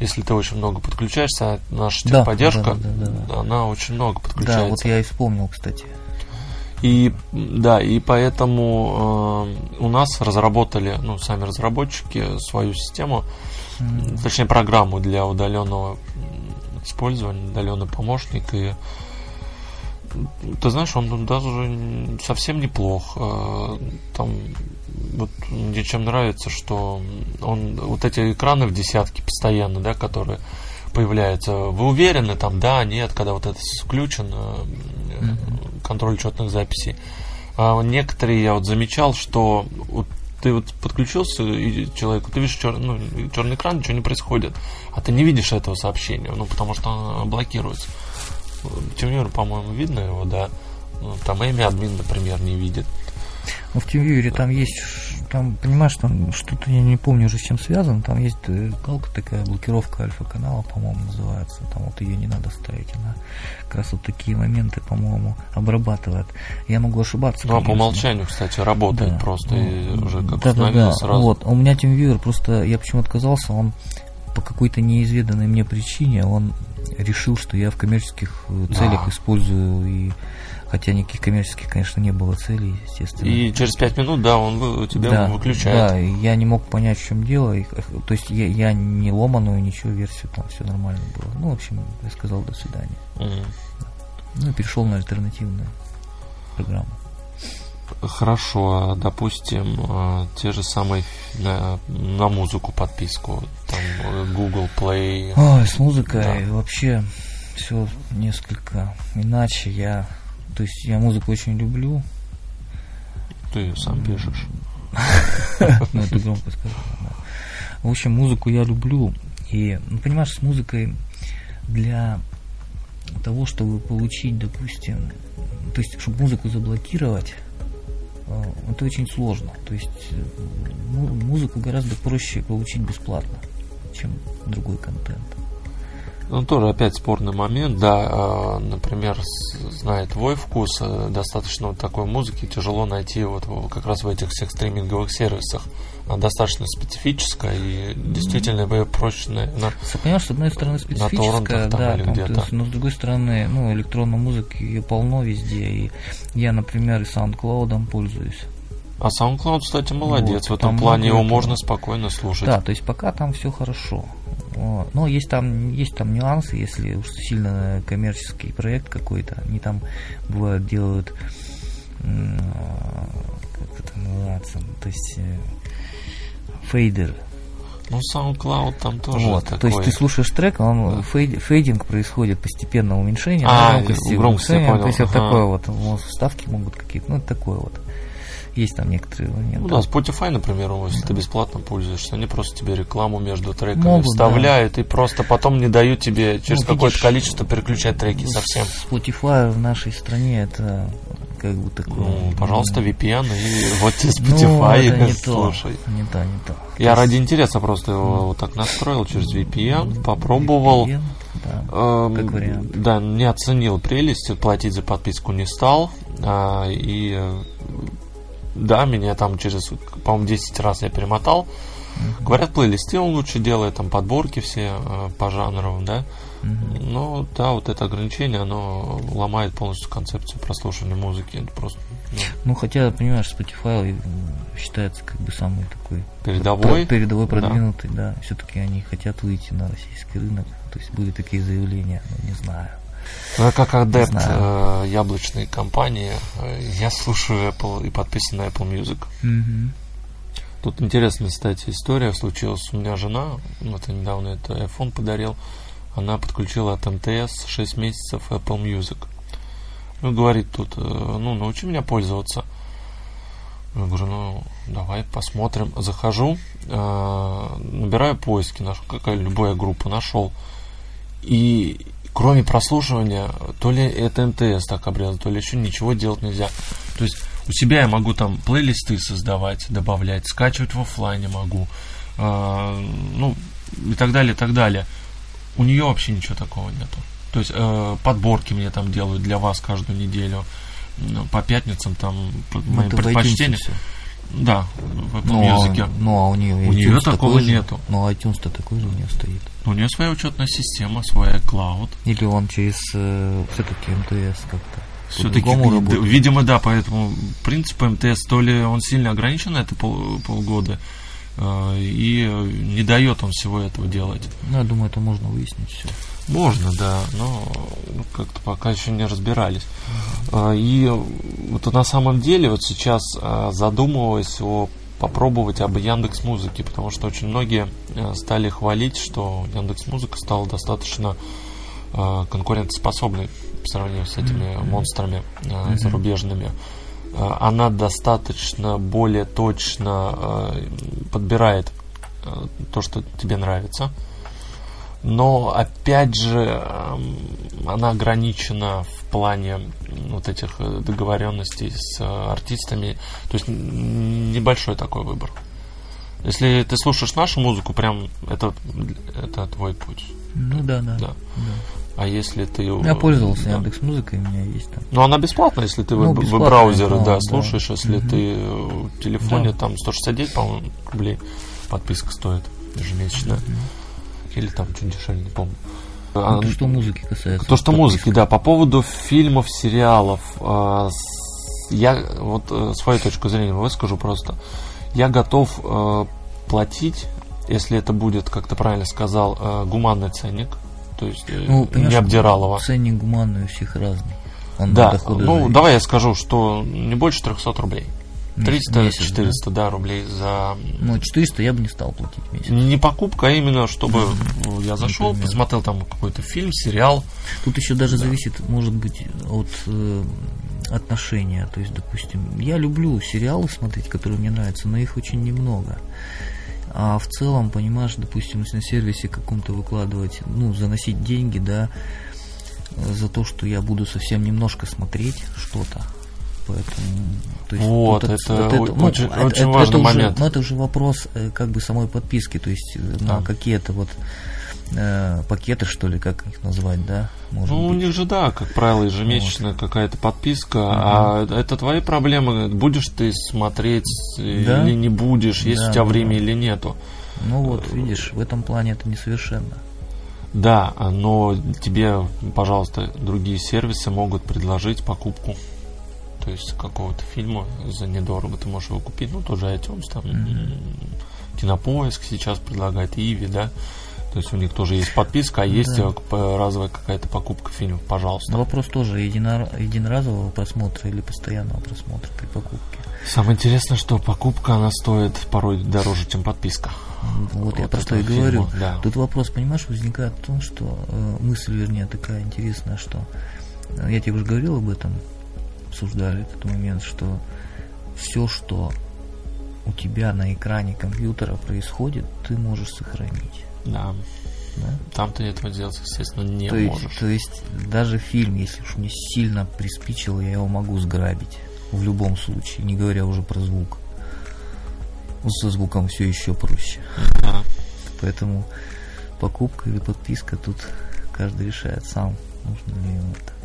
если ты очень много подключаешься, наша техподдержка, да. она очень много подключается. Да, вот я и вспомнил, кстати. И поэтому у нас разработали, сами разработчики, свою систему, точнее программу для удаленного использования, удаленный помощник. И ты знаешь, он даже совсем неплох. Там вот мне чем нравится, что он вот эти экраны в десятке постоянно, да, которые появляются. Вы уверены, там, да, нет, когда вот это включен, контроль учетных записей. А некоторые я вот замечал, что вот ты вот подключился и человеку, ты видишь черный экран, ничего не происходит, а ты не видишь этого сообщения, потому что оно блокируется. В TeamViewer, по-моему, видно его, да. Там Эми админ, например, не видит. Ну, в TeamViewer там есть, там, понимаешь, там что-то, я не помню уже с чем связано, там есть галка такая, блокировка альфа-канала, по-моему, называется, там вот ее не надо ставить, она как раз вот такие моменты, по-моему, обрабатывает. Я могу ошибаться. Ну, а по умолчанию, кстати, работает просто, и уже как установил сразу. Вот, у меня TeamViewer просто, я почему отказался, он по какой-то неизведанной мне причине, он решил, что я в коммерческих целях использую, и хотя никаких коммерческих, конечно, не было целей, естественно. И через 5 минут, да, он тебя выключает. Да, я не мог понять, в чем дело. То есть я не ломаную ничего версию, там все нормально было. Ну, в общем, я сказал до свидания. Ну и перешел на альтернативную программу. Хорошо, допустим, те же самые на музыку подписку, там Google Play. Ой, с музыкой вообще все несколько иначе. То есть я музыку очень люблю. Ты ее сам пишешь. Ну, это громко сказано, да. В общем, музыку я люблю. И, понимаешь, с музыкой для того, чтобы получить, допустим, то есть, чтобы музыку заблокировать, это очень сложно. То есть музыку гораздо проще получить бесплатно, чем другой контент. Ну, тоже опять спорный момент, да, например, зная твой вкус, достаточно вот такой музыки тяжело найти вот как раз в этих всех стриминговых сервисах. Она достаточно специфическая и действительно проще на понимаешь, с одной стороны специфическая, да, но с другой стороны, электронной музыки ее полно везде, и я, например, и SoundCloud пользуюсь. А SoundCloud, кстати, молодец, в этом плане его можно спокойно слушать. Да, то есть пока там все хорошо. Но есть там нюансы, если уж сильно коммерческий проект какой-то, они там бывают делают, как это называется, то есть фейдер. Ну, SoundCloud там тоже такой. То есть ты слушаешь трек, фейдинг происходит, постепенно уменьшение громкости, то есть вот такое вот, вставки могут какие-то, это такое вот. Есть там некоторые моменты. Да, Spotify, например, если ты бесплатно пользуешься, они просто тебе рекламу между треками вставляют и просто потом не дают тебе через какое-то количество переключать треки совсем. Spotify в нашей стране это как бы такое. Пожалуйста, VPN и вот тебе Spotify, слушай. Не то. Я ради интереса просто его вот так настроил через VPN, попробовал. Как вариант. Да, не оценил прелесть, платить за подписку не стал. Да, меня там через, по-моему, 10 раз я перемотал. Говорят, плейлисты он лучше делает, там подборки все по жанрам, да. Но да, вот это ограничение, оно ломает полностью концепцию прослушивания музыки. Это просто. Хотя, понимаешь, Spotify считается как бы самый такой передовой продвинутый, да. Все-таки они хотят выйти на российский рынок. То есть были такие заявления, не знаю. Ну, я как адепт яблочной компании, я слушаю Apple и подписан на Apple Music. Тут интересная, кстати, история случилась. У меня жена, недавно это iPhone подарил, она подключила от МТС 6 месяцев Apple Music. Говорит тут, научи меня пользоваться. Я говорю, давай посмотрим. Захожу, набираю поиски, любую группу нашел. И кроме прослушивания, то ли это МТС так обрезано, то ли еще ничего делать нельзя. То есть у себя я могу там плейлисты создавать, добавлять, скачивать в офлайне могу, и так далее, и так далее. У нее вообще ничего такого нету. То есть подборки мне там делают для вас каждую неделю, по пятницам там мои предпочтения. Да, в Apple Music. А у нее У нее такого нету. Ну, iTunes-то такой же у нее стоит. У нее своя учетная система, своя cloud. Или он через все-таки МТС как-то? Все-таки, видимо, да, поэтому принцип МТС, то ли он сильно ограничен на это полгода, и не дает он всего этого делать. Ну, я думаю, это можно выяснить все. Можно, да, но как-то пока еще не разбирались. И вот на самом деле вот сейчас задумывалось попробовать об Яндекс.Музыке, потому что очень многие стали хвалить, что Яндекс.Музыка стала достаточно конкурентоспособной по сравнению с этими монстрами зарубежными. Она достаточно более точно подбирает то, что тебе нравится. Но, опять же, она ограничена в плане вот этих договоренностей с артистами. То есть небольшой такой выбор. Если ты слушаешь нашу музыку, прям это твой путь. Ну да. А если ты... Я пользовался Яндекс.Музыкой, у меня есть там. Но она бесплатная, если ты в браузере слушаешь. Если ты в телефоне, там 169, по-моему, рублей подписка стоит ежемесячно. Или там чуть дешевле, не помню. То, что музыки касается. То, что музыки, да. По поводу фильмов, сериалов, я вот свою точку зрения выскажу просто. Я готов платить, если это будет, как ты правильно сказал, гуманный ценник. То есть не обдиралово. Ценник гуманный у всех разный. Да, давай я скажу, что не больше 300 рублей. 300-400, да, рублей за... Ну, 400 я бы не стал платить в месяц. Не покупка, а именно, чтобы я зашел, посмотрел там какой-то фильм, сериал. Тут еще даже зависит, может быть, от отношения. То есть, допустим, я люблю сериалы смотреть, которые мне нравятся, но их очень немного. А в целом, понимаешь, допустим, если на сервисе каком-то выкладывать, заносить деньги, да, за то, что я буду совсем немножко смотреть что-то. Поэтому, то есть, вот, очень важный момент. Это уже вопрос как бы самой подписки, то есть на какие-то вот пакеты, что ли, как их назвать, да? У них же, да, как правило, ежемесячная какая-то подписка, а это твои проблемы, будешь ты смотреть или не будешь, есть у тебя время или нету. Ну вот, видишь, в этом плане это несовершенно. Да, но тебе, пожалуйста, другие сервисы могут предложить покупку. То есть какого-то фильма за недорого ты можешь его купить, тоже iTunes, там Кинопоиск сейчас предлагает, Иви, да, то есть у них тоже есть подписка, а есть разовая какая-то покупка фильмов, пожалуйста. Но вопрос тоже единоразового просмотра или постоянного просмотра при покупке. Самое интересное, что покупка, она стоит порой дороже, чем подписка. Вот я про что и говорю. Да. Тут вопрос, понимаешь, возникает в том, что мысль, вернее, такая интересная, что я тебе уже говорил об этом, обсуждали этот момент, что все, что у тебя на экране компьютера происходит, ты можешь сохранить. Да. Там ты этого делать, естественно, не можешь. То есть даже фильм, если уж мне сильно приспичило, я его могу сграбить в любом случае, не говоря уже про звук. Со звуком все еще проще. Да. Поэтому покупка или подписка тут каждый решает сам, нужно ли ему это.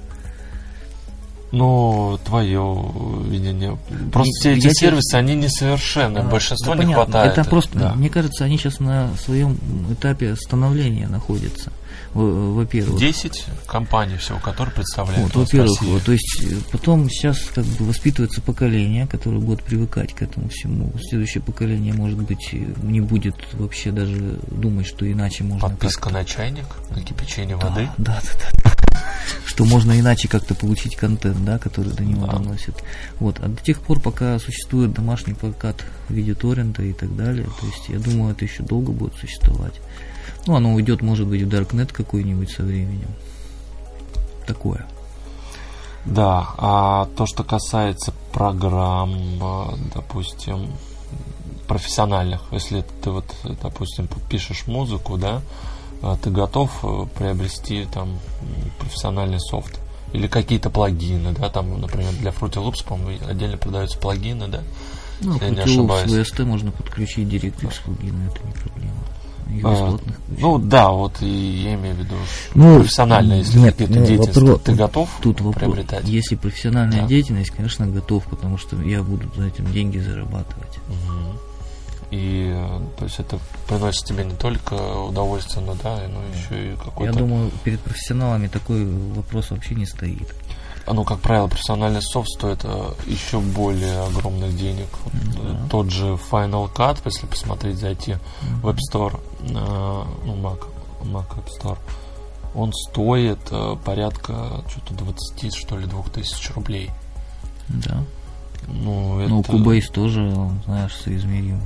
Но твое видение. Просто все эти сервисы, они несовершенны, большинство не хватает. Это просто, мне кажется, они сейчас на своем этапе становления находятся. Во-первых. 10 компаний всего, которые представляют. Во-первых, то есть потом сейчас как бы воспитывается поколение, которое будет привыкать к этому всему. Следующее поколение, может быть, не будет вообще даже думать, что иначе можно. Подписка на чайник, на кипячение воды. Да. Что можно иначе как-то получить контент, да, который до него доносит. Вот. А до тех пор, пока существует домашний прокат в виде торрента и так далее, то есть я думаю, это еще долго будет существовать. Оно уйдет, может быть, в Даркнет какой-нибудь со временем. Такое. Да, а то, что касается программ, допустим, профессиональных, если ты вот, допустим, пишешь музыку, да, ты готов приобрести там профессиональный софт или какие-то плагины, да, там, например, для Fruity Loops, по-моему, отдельно продаются плагины, да. Fruity Loops в VST можно подключить DirectX плагины, это не проблема. Их бесплатных куча. Ну да, вот и я имею в виду профессионально, если нет, какие-то деятельности, ты готов тут вопрос, приобретать? если профессиональная деятельность, конечно, готов, потому что я буду за этим деньги зарабатывать. Угу. И то есть это приносит тебе не только удовольствие, но еще и какой-то... Я думаю, перед профессионалами такой вопрос вообще не стоит. Ну, как правило, профессиональный софт стоит еще более огромных денег. Тот же Final Cut, если посмотреть, зайти в App Store, Mac App Store, он стоит порядка что-то 20, что ли, 2000 рублей. Да. Ну, Cubase тоже, знаешь, соизмерим.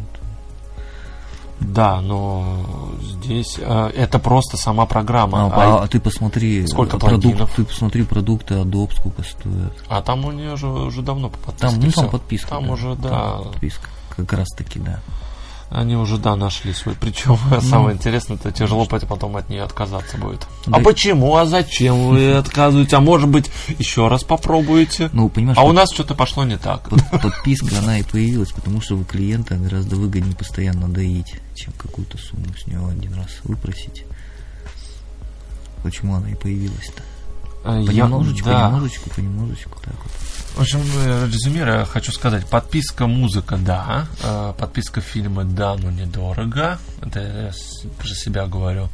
Да, но здесь это просто сама программа. А ты посмотри, сколько плагинов? Ты посмотри продукты Adobe, сколько стоят. А там у нее же уже давно по подписке. Там подписка. Там уже, там подписка. Как раз таки, да. Они уже, нашли свой. Причем самое интересное, это тяжело потом от нее отказаться будет. Да. А почему? А зачем вы отказываете? А может быть, еще раз попробуете? Ну, понимаешь, у нас что-то пошло не так. Подписка, она и появилась, потому что у клиента гораздо выгоднее постоянно доить, чем какую-то сумму с него один раз выпросить. Почему она и появилась-то? Понемножечку, так вот. В общем, резюмируя, хочу сказать, подписка музыка, да, подписка фильмы, да, но недорого, это я про себя говорю.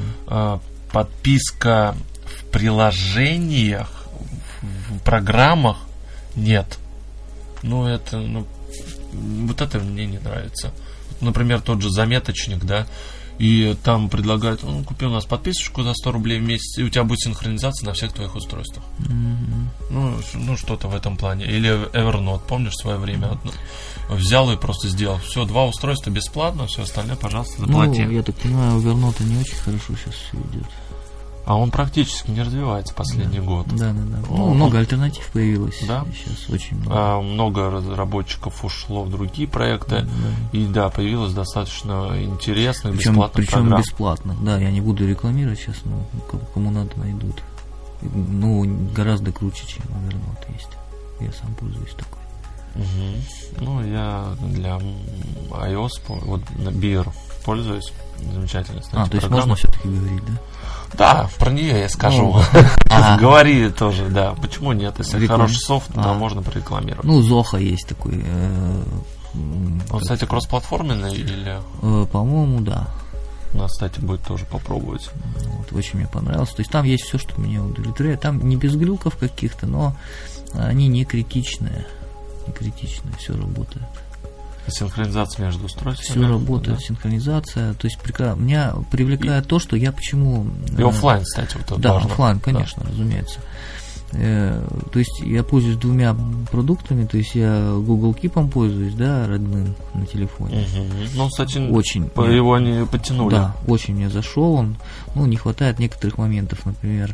Подписка в приложениях, в программах нет. Вот это мне не нравится. Например, тот же заметочник, да, и там предлагают, купи у нас подписочку за 100 рублей в месяц, и у тебя будет синхронизация на всех твоих устройствах. Что-то в этом плане. Или Evernote, помнишь, в свое время взял и просто сделал. Все, 2 устройства бесплатно, все остальное, пожалуйста, заплати. Я так понимаю, у Evernote не очень хорошо сейчас все идет. А он практически не развивается последний год. Да. Много альтернатив появилось. Да. Сейчас очень много. Много разработчиков ушло в другие проекты. И появилось достаточно интересных, бесплатных программ. Причем бесплатных. Да, я не буду рекламировать сейчас, но кому надо, найдут. Гораздо круче, чем Evernote есть. Я сам пользуюсь такой. Я для iOS, на Beer пользуюсь. Замечательно. То есть можно все-таки говорить, да? Да, про нее я скажу. Говори тоже, да. Почему нет? Если хороший софт, то можно прорекламировать. Zoho есть такой. Он, кстати, кроссплатформенный или... По-моему, да. Надо, кстати, будет тоже попробовать. Очень мне понравилось. То есть там есть все, что меня удовлетворяет. Там не без глюков каких-то, но они не критичные. Все работает. Синхронизация между устройствами. Все работает, синхронизация. То есть меня привлекает то, что я почему... И офлайн, кстати, да, офлайн, конечно, разумеется. То есть я пользуюсь 2 продуктами, то есть я Google Keep пользуюсь, да, родным на телефоне. Кстати, очень его они подтянули. Да, очень мне зашел он. Не хватает некоторых моментов, например,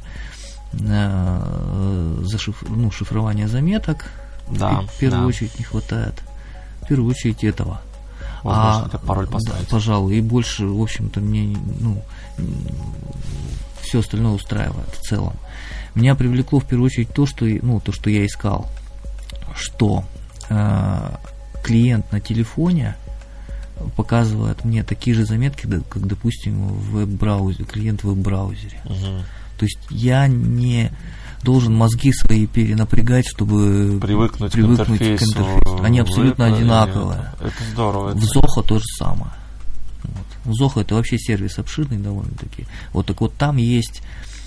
шифрования заметок. Да, в первую очередь не хватает. В первую очередь этого. Возможно, пароль поставить. Да, пожалуй, и больше, в общем-то, мне все остальное устраивает в целом. Меня привлекло в первую очередь то, что я искал, что клиент на телефоне показывает мне такие же заметки, как, допустим, клиент в веб-браузере. То есть я не должен мозги свои перенапрягать, чтобы привыкнуть к интерфейсу. Они абсолютно одинаковые. Это здорово. В Zoho то же самое. В Zoho это вообще сервис обширный довольно-таки. Там есть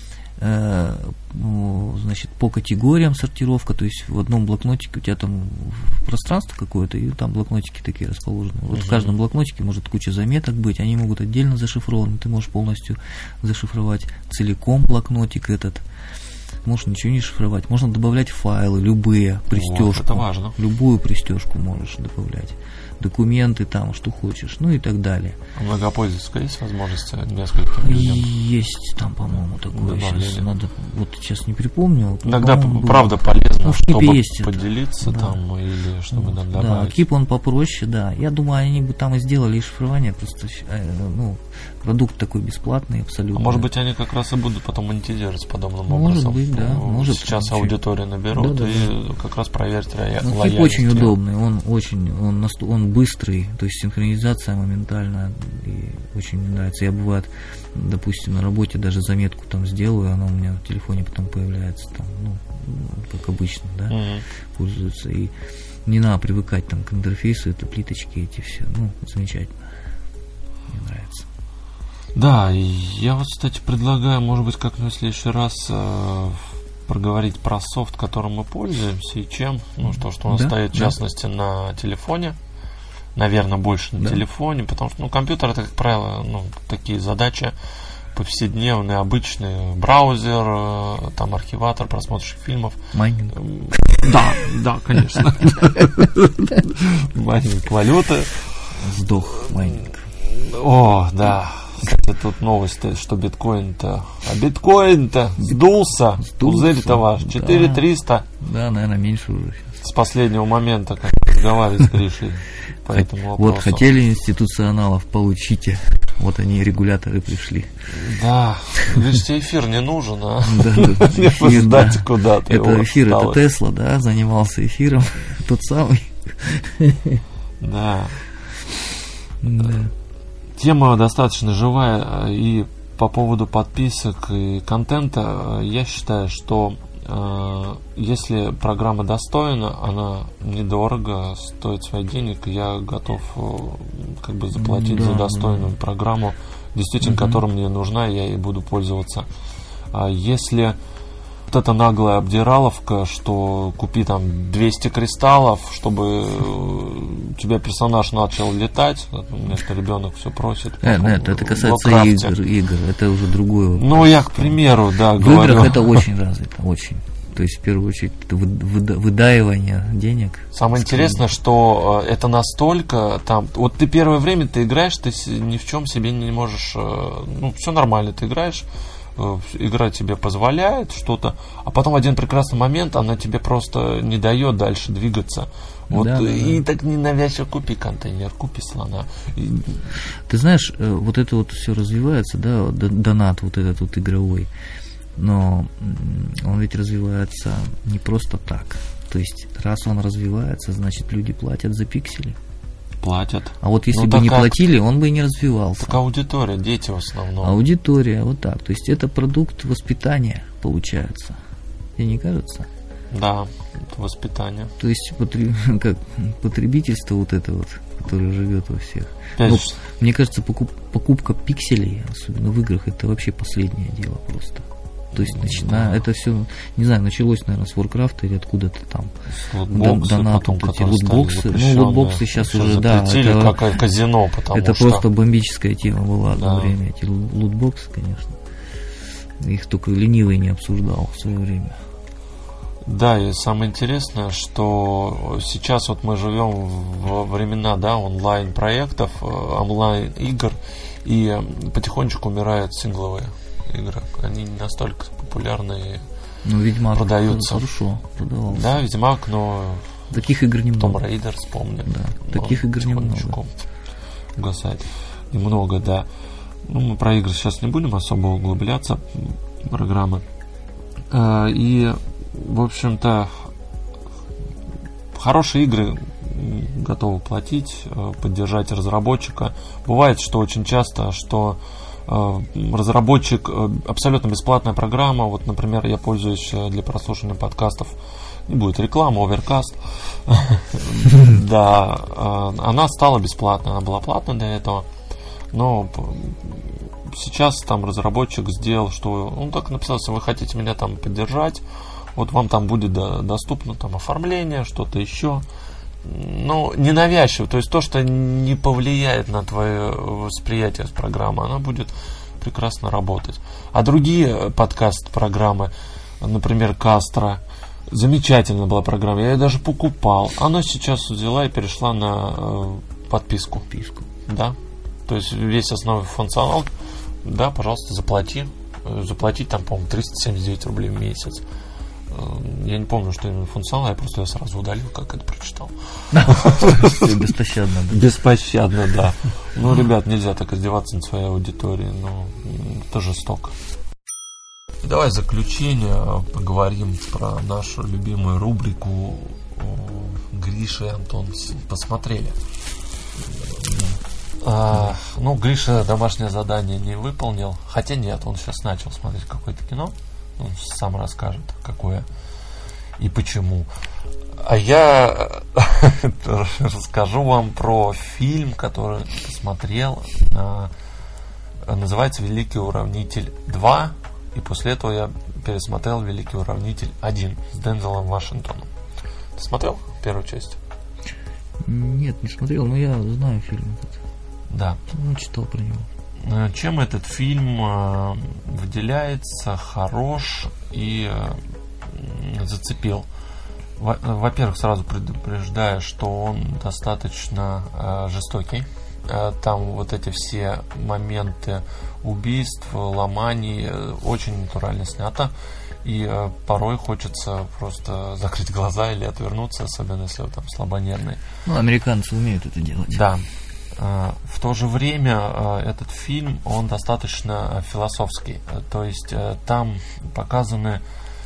по категориям сортировка, то есть в одном блокнотике у тебя там пространство какое-то, и там блокнотики такие расположены. В каждом блокнотике может куча заметок быть, они могут отдельно зашифрованы, ты можешь полностью зашифровать целиком блокнотик этот. Можешь ничего не шифровать. Можно добавлять файлы, любые, пристежку. Это важно. Любую пристежку можешь добавлять. Документы там, что хочешь, и так далее. А многопользовательская есть возможность нескольким людям? Есть там, по-моему, такое. Сейчас не припомню. Иногда, правда, полезно, чтобы есть поделиться или чтобы добавить. Да, Keep он попроще, да. Я думаю, они бы там и сделали и шифрование, просто продукт такой бесплатный абсолютно. А может быть, они как раз и будут потом монетизировать подобным образом. быть, да, может. Сейчас аудиторию наберут, да, и как раз проверить лояльность. Фиг очень удобный, он быстрый, то есть синхронизация моментальная, и очень мне нравится. Я бывает, допустим, на работе даже заметку там сделаю, она у меня в телефоне потом появляется, там, как обычно, да, пользуется, и не надо привыкать там к интерфейсу, это плиточки эти все, замечательно, мне нравится. Да, я вот, кстати, предлагаю, может быть, как-нибудь в следующий раз проговорить про софт, которым мы пользуемся, и чем, что у нас стоит, в частности, на телефоне, наверное, больше на телефоне, потому что, компьютер, это, как правило, такие задачи повседневные, обычные, браузер, там, архиватор, просмотр фильмов. Майнинг. Да, конечно. Майнинг валюты. Сдох майнинг. О, да. Кстати, тут новость, что биткоин-то... А биткоин-то сдулся. Пузырь-то ваш. 4300. Да, наверное, меньше уже сейчас. С последнего момента, как разговаривать с Гришей по этому вопросу. Вот, хотели институционалов, получите. Вот они, регуляторы, пришли. Да. Видишь, тебе эфир не нужен, а? Да, эфир, да. Куда-то. Это эфир, это Тесла, да, занимался эфиром. Тот самый. Да. Тема достаточно живая, и по поводу подписок и контента я считаю, что если программа достойна, она недорого, стоит своих денег, я готов заплатить за достойную программу, действительно, которая мне нужна, я ей буду пользоваться. Если вот эта наглая обдираловка, что купи там 200 кристаллов, чтобы у тебя персонаж начал летать, у меня ребенок все просит. Нет, это касается игр, это уже другое. Я, к примеру, да, говорю. В играх это очень развито, очень. То есть, в первую очередь, это выдаивание денег. Самое интересное, что это настолько там... Вот ты первое время ты играешь, ты ни в чем себе не можешь... все нормально, ты играешь, игра тебе позволяет что-то, а потом в один прекрасный момент она тебе просто не дает дальше двигаться. Так ненавязчиво купи контейнер, купи слона. Ты знаешь, вот это вот все развивается, да, донат вот этот вот игровой, но он ведь развивается не просто так. То есть, раз он развивается, значит, люди платят за пиксели. Платят. А вот если бы не платили, он бы и не развивался. Так аудитория, дети в основном. Аудитория, вот так. То есть это продукт воспитания получается. Тебе не кажется? Да, это воспитание. То есть как потребительство вот это вот, которое живет во всех. Мне кажется, покупка пикселей, особенно в играх, это вообще последнее дело просто. То есть это все, не знаю, началось, наверное, с Warcraft или откуда-то там. Донат, эти лутбоксы. Лутбоксы сейчас уже, да. Это как казино, это просто бомбическая тема была одно время. Эти лутбоксы, конечно. Их только ленивый не обсуждал в свое время. Да, и самое интересное, что сейчас вот мы живем во времена, онлайн-проектов, онлайн-игр, и потихонечку умирают сингловые игры. Они не настолько популярны и Ведьмак продаются. Хорошо продавался. Да, Ведьмак, но таких игр немного. Том Рейдер, вспомню. Да, таких игр немного. Угасает. Немного, да. Мы про игры сейчас не будем особо углубляться, программы. И, в общем-то, хорошие игры готовы платить, поддержать разработчика. Бывает, что очень часто, что разработчик, абсолютно бесплатная программа. Вот, например, я пользуюсь для прослушивания подкастов, не будет рекламы, Overcast. Да, она стала бесплатной, она была платной до этого, но сейчас там разработчик сделал, что он так написал, если вы хотите меня там поддержать, вот вам там будет доступно там оформление, что-то еще. Ненавязчиво, то есть то, что не повлияет на твое восприятие программы, она будет прекрасно работать. А другие подкаст-программы, например, Кастро, замечательная была программа, я ее даже покупал. Она сейчас взяла и перешла на подписку. Да. То есть весь основной функционал, да, пожалуйста, заплати. Заплатить там, по-моему, 379 рублей в месяц. Я не помню, что именно функционал, я просто сразу удалил, как это прочитал. Беспощадно. Беспощадно, да. Ребят, нельзя так издеваться над своей аудиторией, это жестоко. давай в заключение поговорим про нашу любимую рубрику Гриша и Антон посмотрели. Гриша домашнее задание не выполнил. Хотя нет, он сейчас начал смотреть какое-то кино. Он сам расскажет, какое и почему. А я расскажу вам про фильм, который посмотрел. Называется «Великий уравнитель 2». И после этого я пересмотрел «Великий уравнитель 1» с Дензелом Вашингтоном. Ты смотрел первую часть? Нет, не смотрел, но я знаю фильм этот. Да. Читал про него. Чем этот фильм выделяется, хорош и зацепил? Во-первых, сразу предупреждаю, что он достаточно жестокий. Там вот эти все моменты убийств, ломаний очень натурально снято. И порой хочется просто закрыть глаза или отвернуться, особенно если там слабонервный. Американцы умеют это делать. Да. В то же время этот фильм, он достаточно философский. То есть там показаны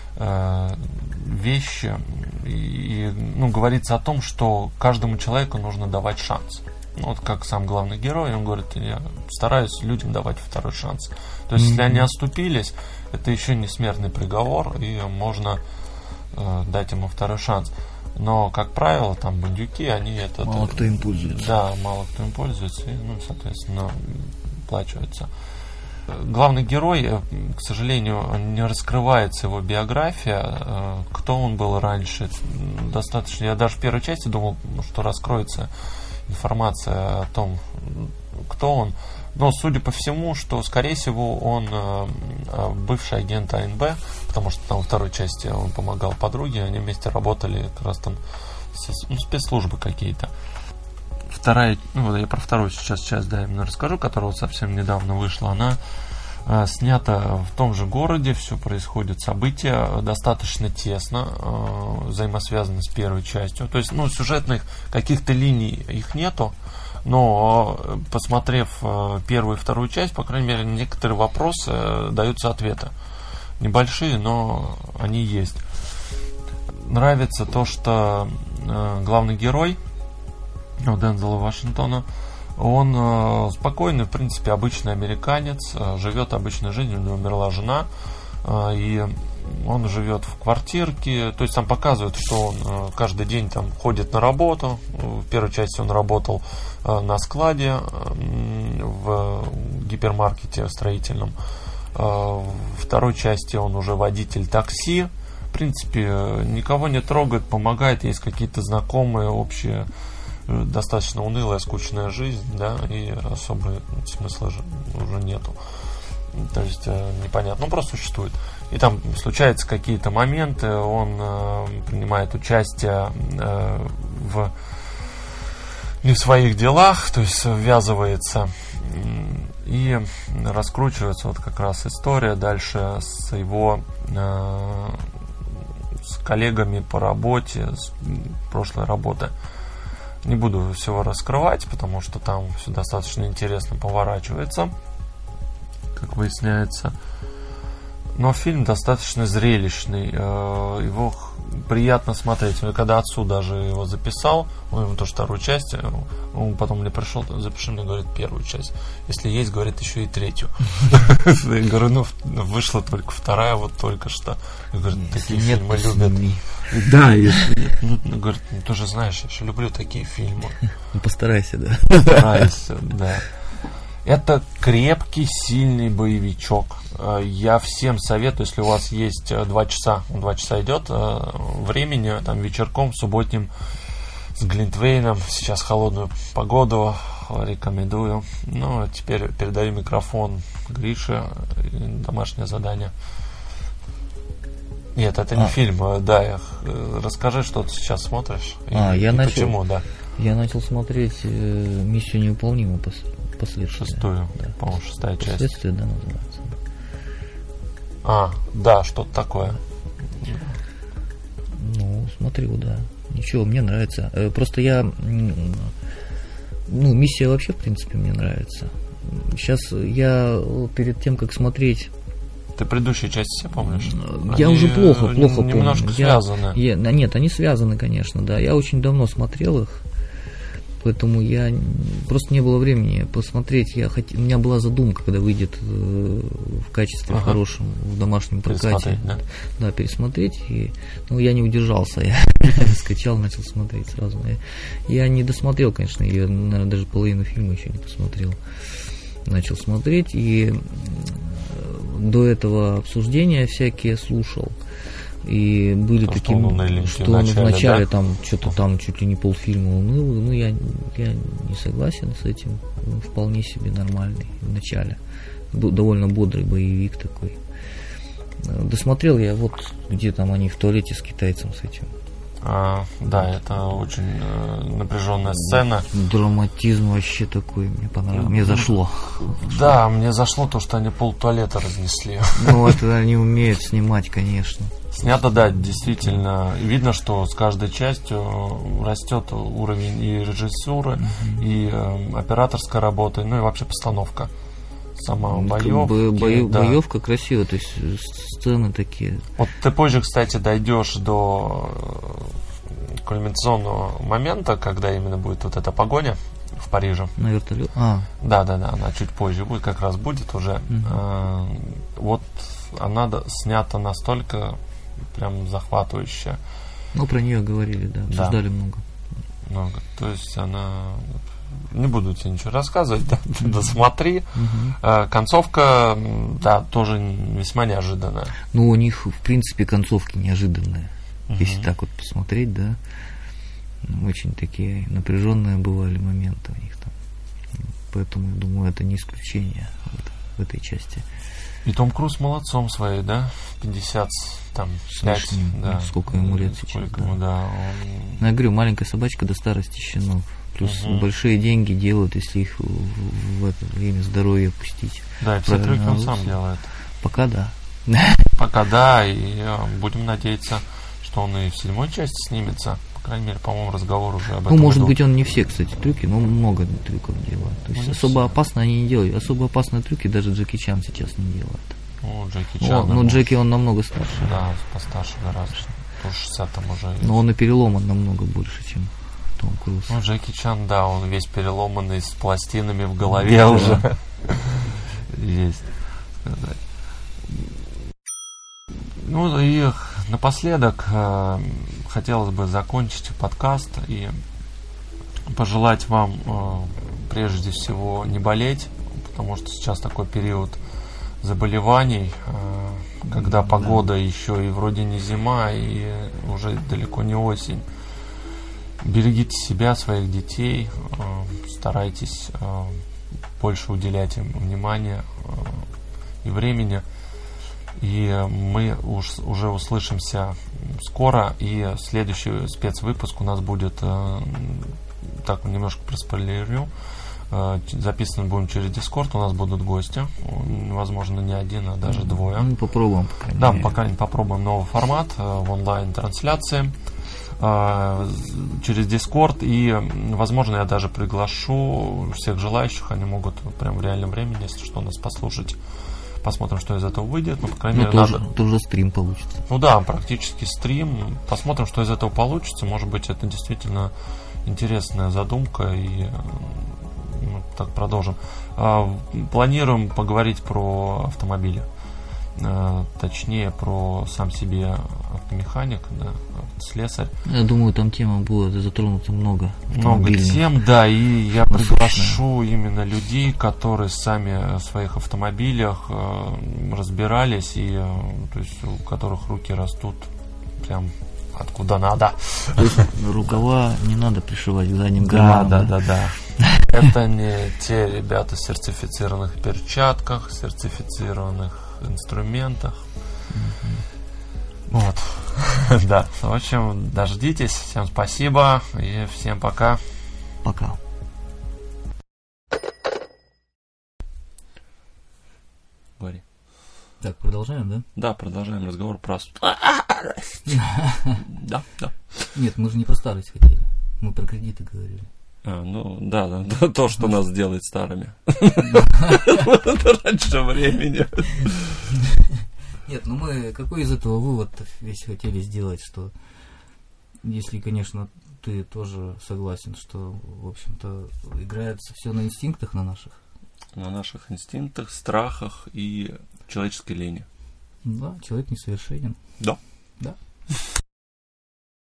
вещи и говорится о том, что каждому человеку нужно давать шанс. Вот как сам главный герой, он говорит, я стараюсь людям давать второй шанс. То есть, если они оступились, это еще не смертный приговор, и можно дать ему второй шанс. Но, как правило, там бандюки, они это... Мало кто им пользуется. Да, мало кто им пользуется, и, соответственно, плачивается. Главный герой, к сожалению, не раскрывается его биография, кто он был раньше. Достаточно, я даже в первой части думал, что раскроется информация о том, кто он. Но, судя по всему, что, скорее всего, он бывший агент АНБ, потому что там во второй части он помогал подруге, они вместе работали как раз там спецслужбы какие-то. Вторая, я про вторую сейчас часть, именно расскажу, которая вот совсем недавно вышла, она снята в том же городе, все происходит, события достаточно тесно взаимосвязаны с первой частью. То есть, сюжетных каких-то линий их нету, но посмотрев первую и вторую часть, по крайней мере, некоторые вопросы даются ответы. Небольшие, но они есть. Нравится то, что главный герой Дензела Вашингтона, он спокойный, в принципе, обычный американец, живет обычной жизнью, у него умерла жена, и он живет в квартирке, то есть там показывают, что он каждый день там ходит на работу. В первой части он работал на складе в гипермаркете строительном. В второй части он уже водитель такси. В принципе, никого не трогает, помогает, есть какие-то знакомые, общие. Достаточно унылая, скучная жизнь, да, и особого смысла уже нету. То есть непонятно, просто существует. И там случаются какие-то моменты, он принимает участие не в своих делах, то есть ввязывается, и раскручивается вот как раз история дальше с его с коллегами по работе, с прошлой работы. Не буду всего раскрывать, потому что там все достаточно интересно поворачивается, как выясняется. Но фильм достаточно зрелищный, его приятно смотреть. Я когда отцу даже его записал, он ему тоже вторую часть, он потом мне пришел, запиши мне, говорит, первую часть. Если есть, говорит, еще и третью. Я говорю, вышла только вторая, вот только что. Я говорю, такие фильмы любят. Да, если говорит, ты же знаешь, я же люблю такие фильмы. Постарайся, да. Постарайся, да. Это крепкий, сильный боевичок. Я всем советую, если у вас есть 2 часа, 2 часа идет времени, там вечерком, субботним, с глинтвейном, сейчас холодную погоду, рекомендую. А теперь передаю микрофон Грише, домашнее задание. Нет, это не фильм, да, расскажи, что ты сейчас смотришь почему, да. Я начал смотреть «Миссию невыполнимую», последствия. 6-ю, да. По-моему, 6-я часть. Последствия, да, называется. Да, что-то такое. Смотрю, да. Ничего, мне нравится. Просто я... миссия вообще, в принципе, мне нравится. Сейчас я перед тем, как смотреть Ты предыдущие части все помнишь? Я уже плохо помню. Немножко связаны. Нет, они связаны, конечно, да. Я очень давно смотрел их, поэтому просто не было времени посмотреть. У меня была задумка, когда выйдет в качестве хорошем в домашнем прокате. Да, пересмотреть. Я не удержался, я скачал, начал смотреть сразу. Я не досмотрел, конечно, я, наверное, даже половину фильма еще не посмотрел. Начал смотреть, и до этого обсуждения всякие слушал. И были такие, что он вначале там что-то там чуть ли не полфильма уныл. Я не согласен с этим. Он вполне себе нормальный в начале. Довольно бодрый боевик такой. Досмотрел я где там они в туалете с китайцем с этим. Да, это очень напряженная сцена. Драматизм вообще такой, мне понравилось. Мне зашло. Да, мне зашло то, что они пол-туалета разнесли. Это они умеют снимать, конечно. Снято, да, действительно. Видно, что с каждой частью растет уровень и режиссуры, и операторской работы, и вообще постановка. Сама боевка красивая, то есть сцены такие. Ты позже, кстати, дойдешь до кульминационного момента, когда именно будет эта погоня в Париже. На вертолете? Да, она чуть позже будет, как раз будет уже. Она снята настолько прям захватывающе. Про нее говорили, да, обсуждали много. То есть она... Не буду тебе ничего рассказывать, досмотри. Концовка, да, тоже весьма неожиданная. У них, в принципе, концовки неожиданные. Если так посмотреть, да. Очень такие напряженные бывали моменты у них там. Поэтому, я думаю, это не исключение в этой части. И Том Круз молодцом своей, да? 50, там, 5, да. Сколько ему лет сейчас, да. Я говорю, маленькая собачка до старости щенок. Плюс большие деньги делают, если их в это время здоровья пустить. Да, и все трюки он сам делает. Пока да. Пока да, и будем надеяться, что он и в 7-й части снимется. По крайней мере, по-моему, разговор уже об этом. Может быть, он не все, кстати, трюки, но много трюков делает. То есть особо опасно они не делают. Особо опасные трюки даже Джеки Чан сейчас не делает. Джеки Чан. Но Джеки он намного старше. Да, постарше гораздо. 60 там уже. Но он и переломан намного больше, чем Том Круз. Джеки Чан, да, он весь переломанный, с пластинами в голове уже. Есть. И напоследок хотелось бы закончить подкаст и пожелать вам прежде всего не болеть, потому что сейчас такой период заболеваний, когда погода еще и вроде не зима, и уже далеко не осень. Берегите себя, своих детей, старайтесь больше уделять им внимания и времени. И мы уже услышимся скоро, и следующий спецвыпуск у нас будет, так немножко проспойлерю, записан будем через Discord, у нас будут гости, возможно, не один, а даже двое. Попробуем. Да, пока попробуем новый формат в онлайн-трансляции через Discord, и, возможно, я даже приглашу всех желающих, они могут прямо в реальном времени, если что, нас послушать. Посмотрим, что из этого выйдет. По крайней мере, тоже стрим получится. Да, практически стрим. Посмотрим, что из этого получится. Может быть, это действительно интересная задумка. И так продолжим. Планируем поговорить про автомобили. Точнее, про сам себе автомеханик, да, слесарь. Я думаю, там тема будет затронута много тем, да, и я приглашу именно людей, которые сами в своих автомобилях разбирались, и то есть у которых руки растут прям откуда надо. То есть рукава не надо пришивать к задним карманам. Да. Это не те ребята в сертифицированных перчатках, сертифицированных инструментах. Вот. Да. В общем, дождитесь. Всем спасибо и всем пока. Пока. Говори. Так, продолжаем, да? Да, продолжаем разговор про... Да. Нет, мы же не про старость хотели. Мы про кредиты говорили. Да, то, что нас делает старыми. Раньше времени. Нет, ну мы какой из этого вывод весь хотели сделать, что если, конечно, ты тоже согласен, что, в общем-то, играется все на инстинктах на наших. На наших инстинктах, страхах и человеческой лени. Да, человек несовершенен. Да. Да.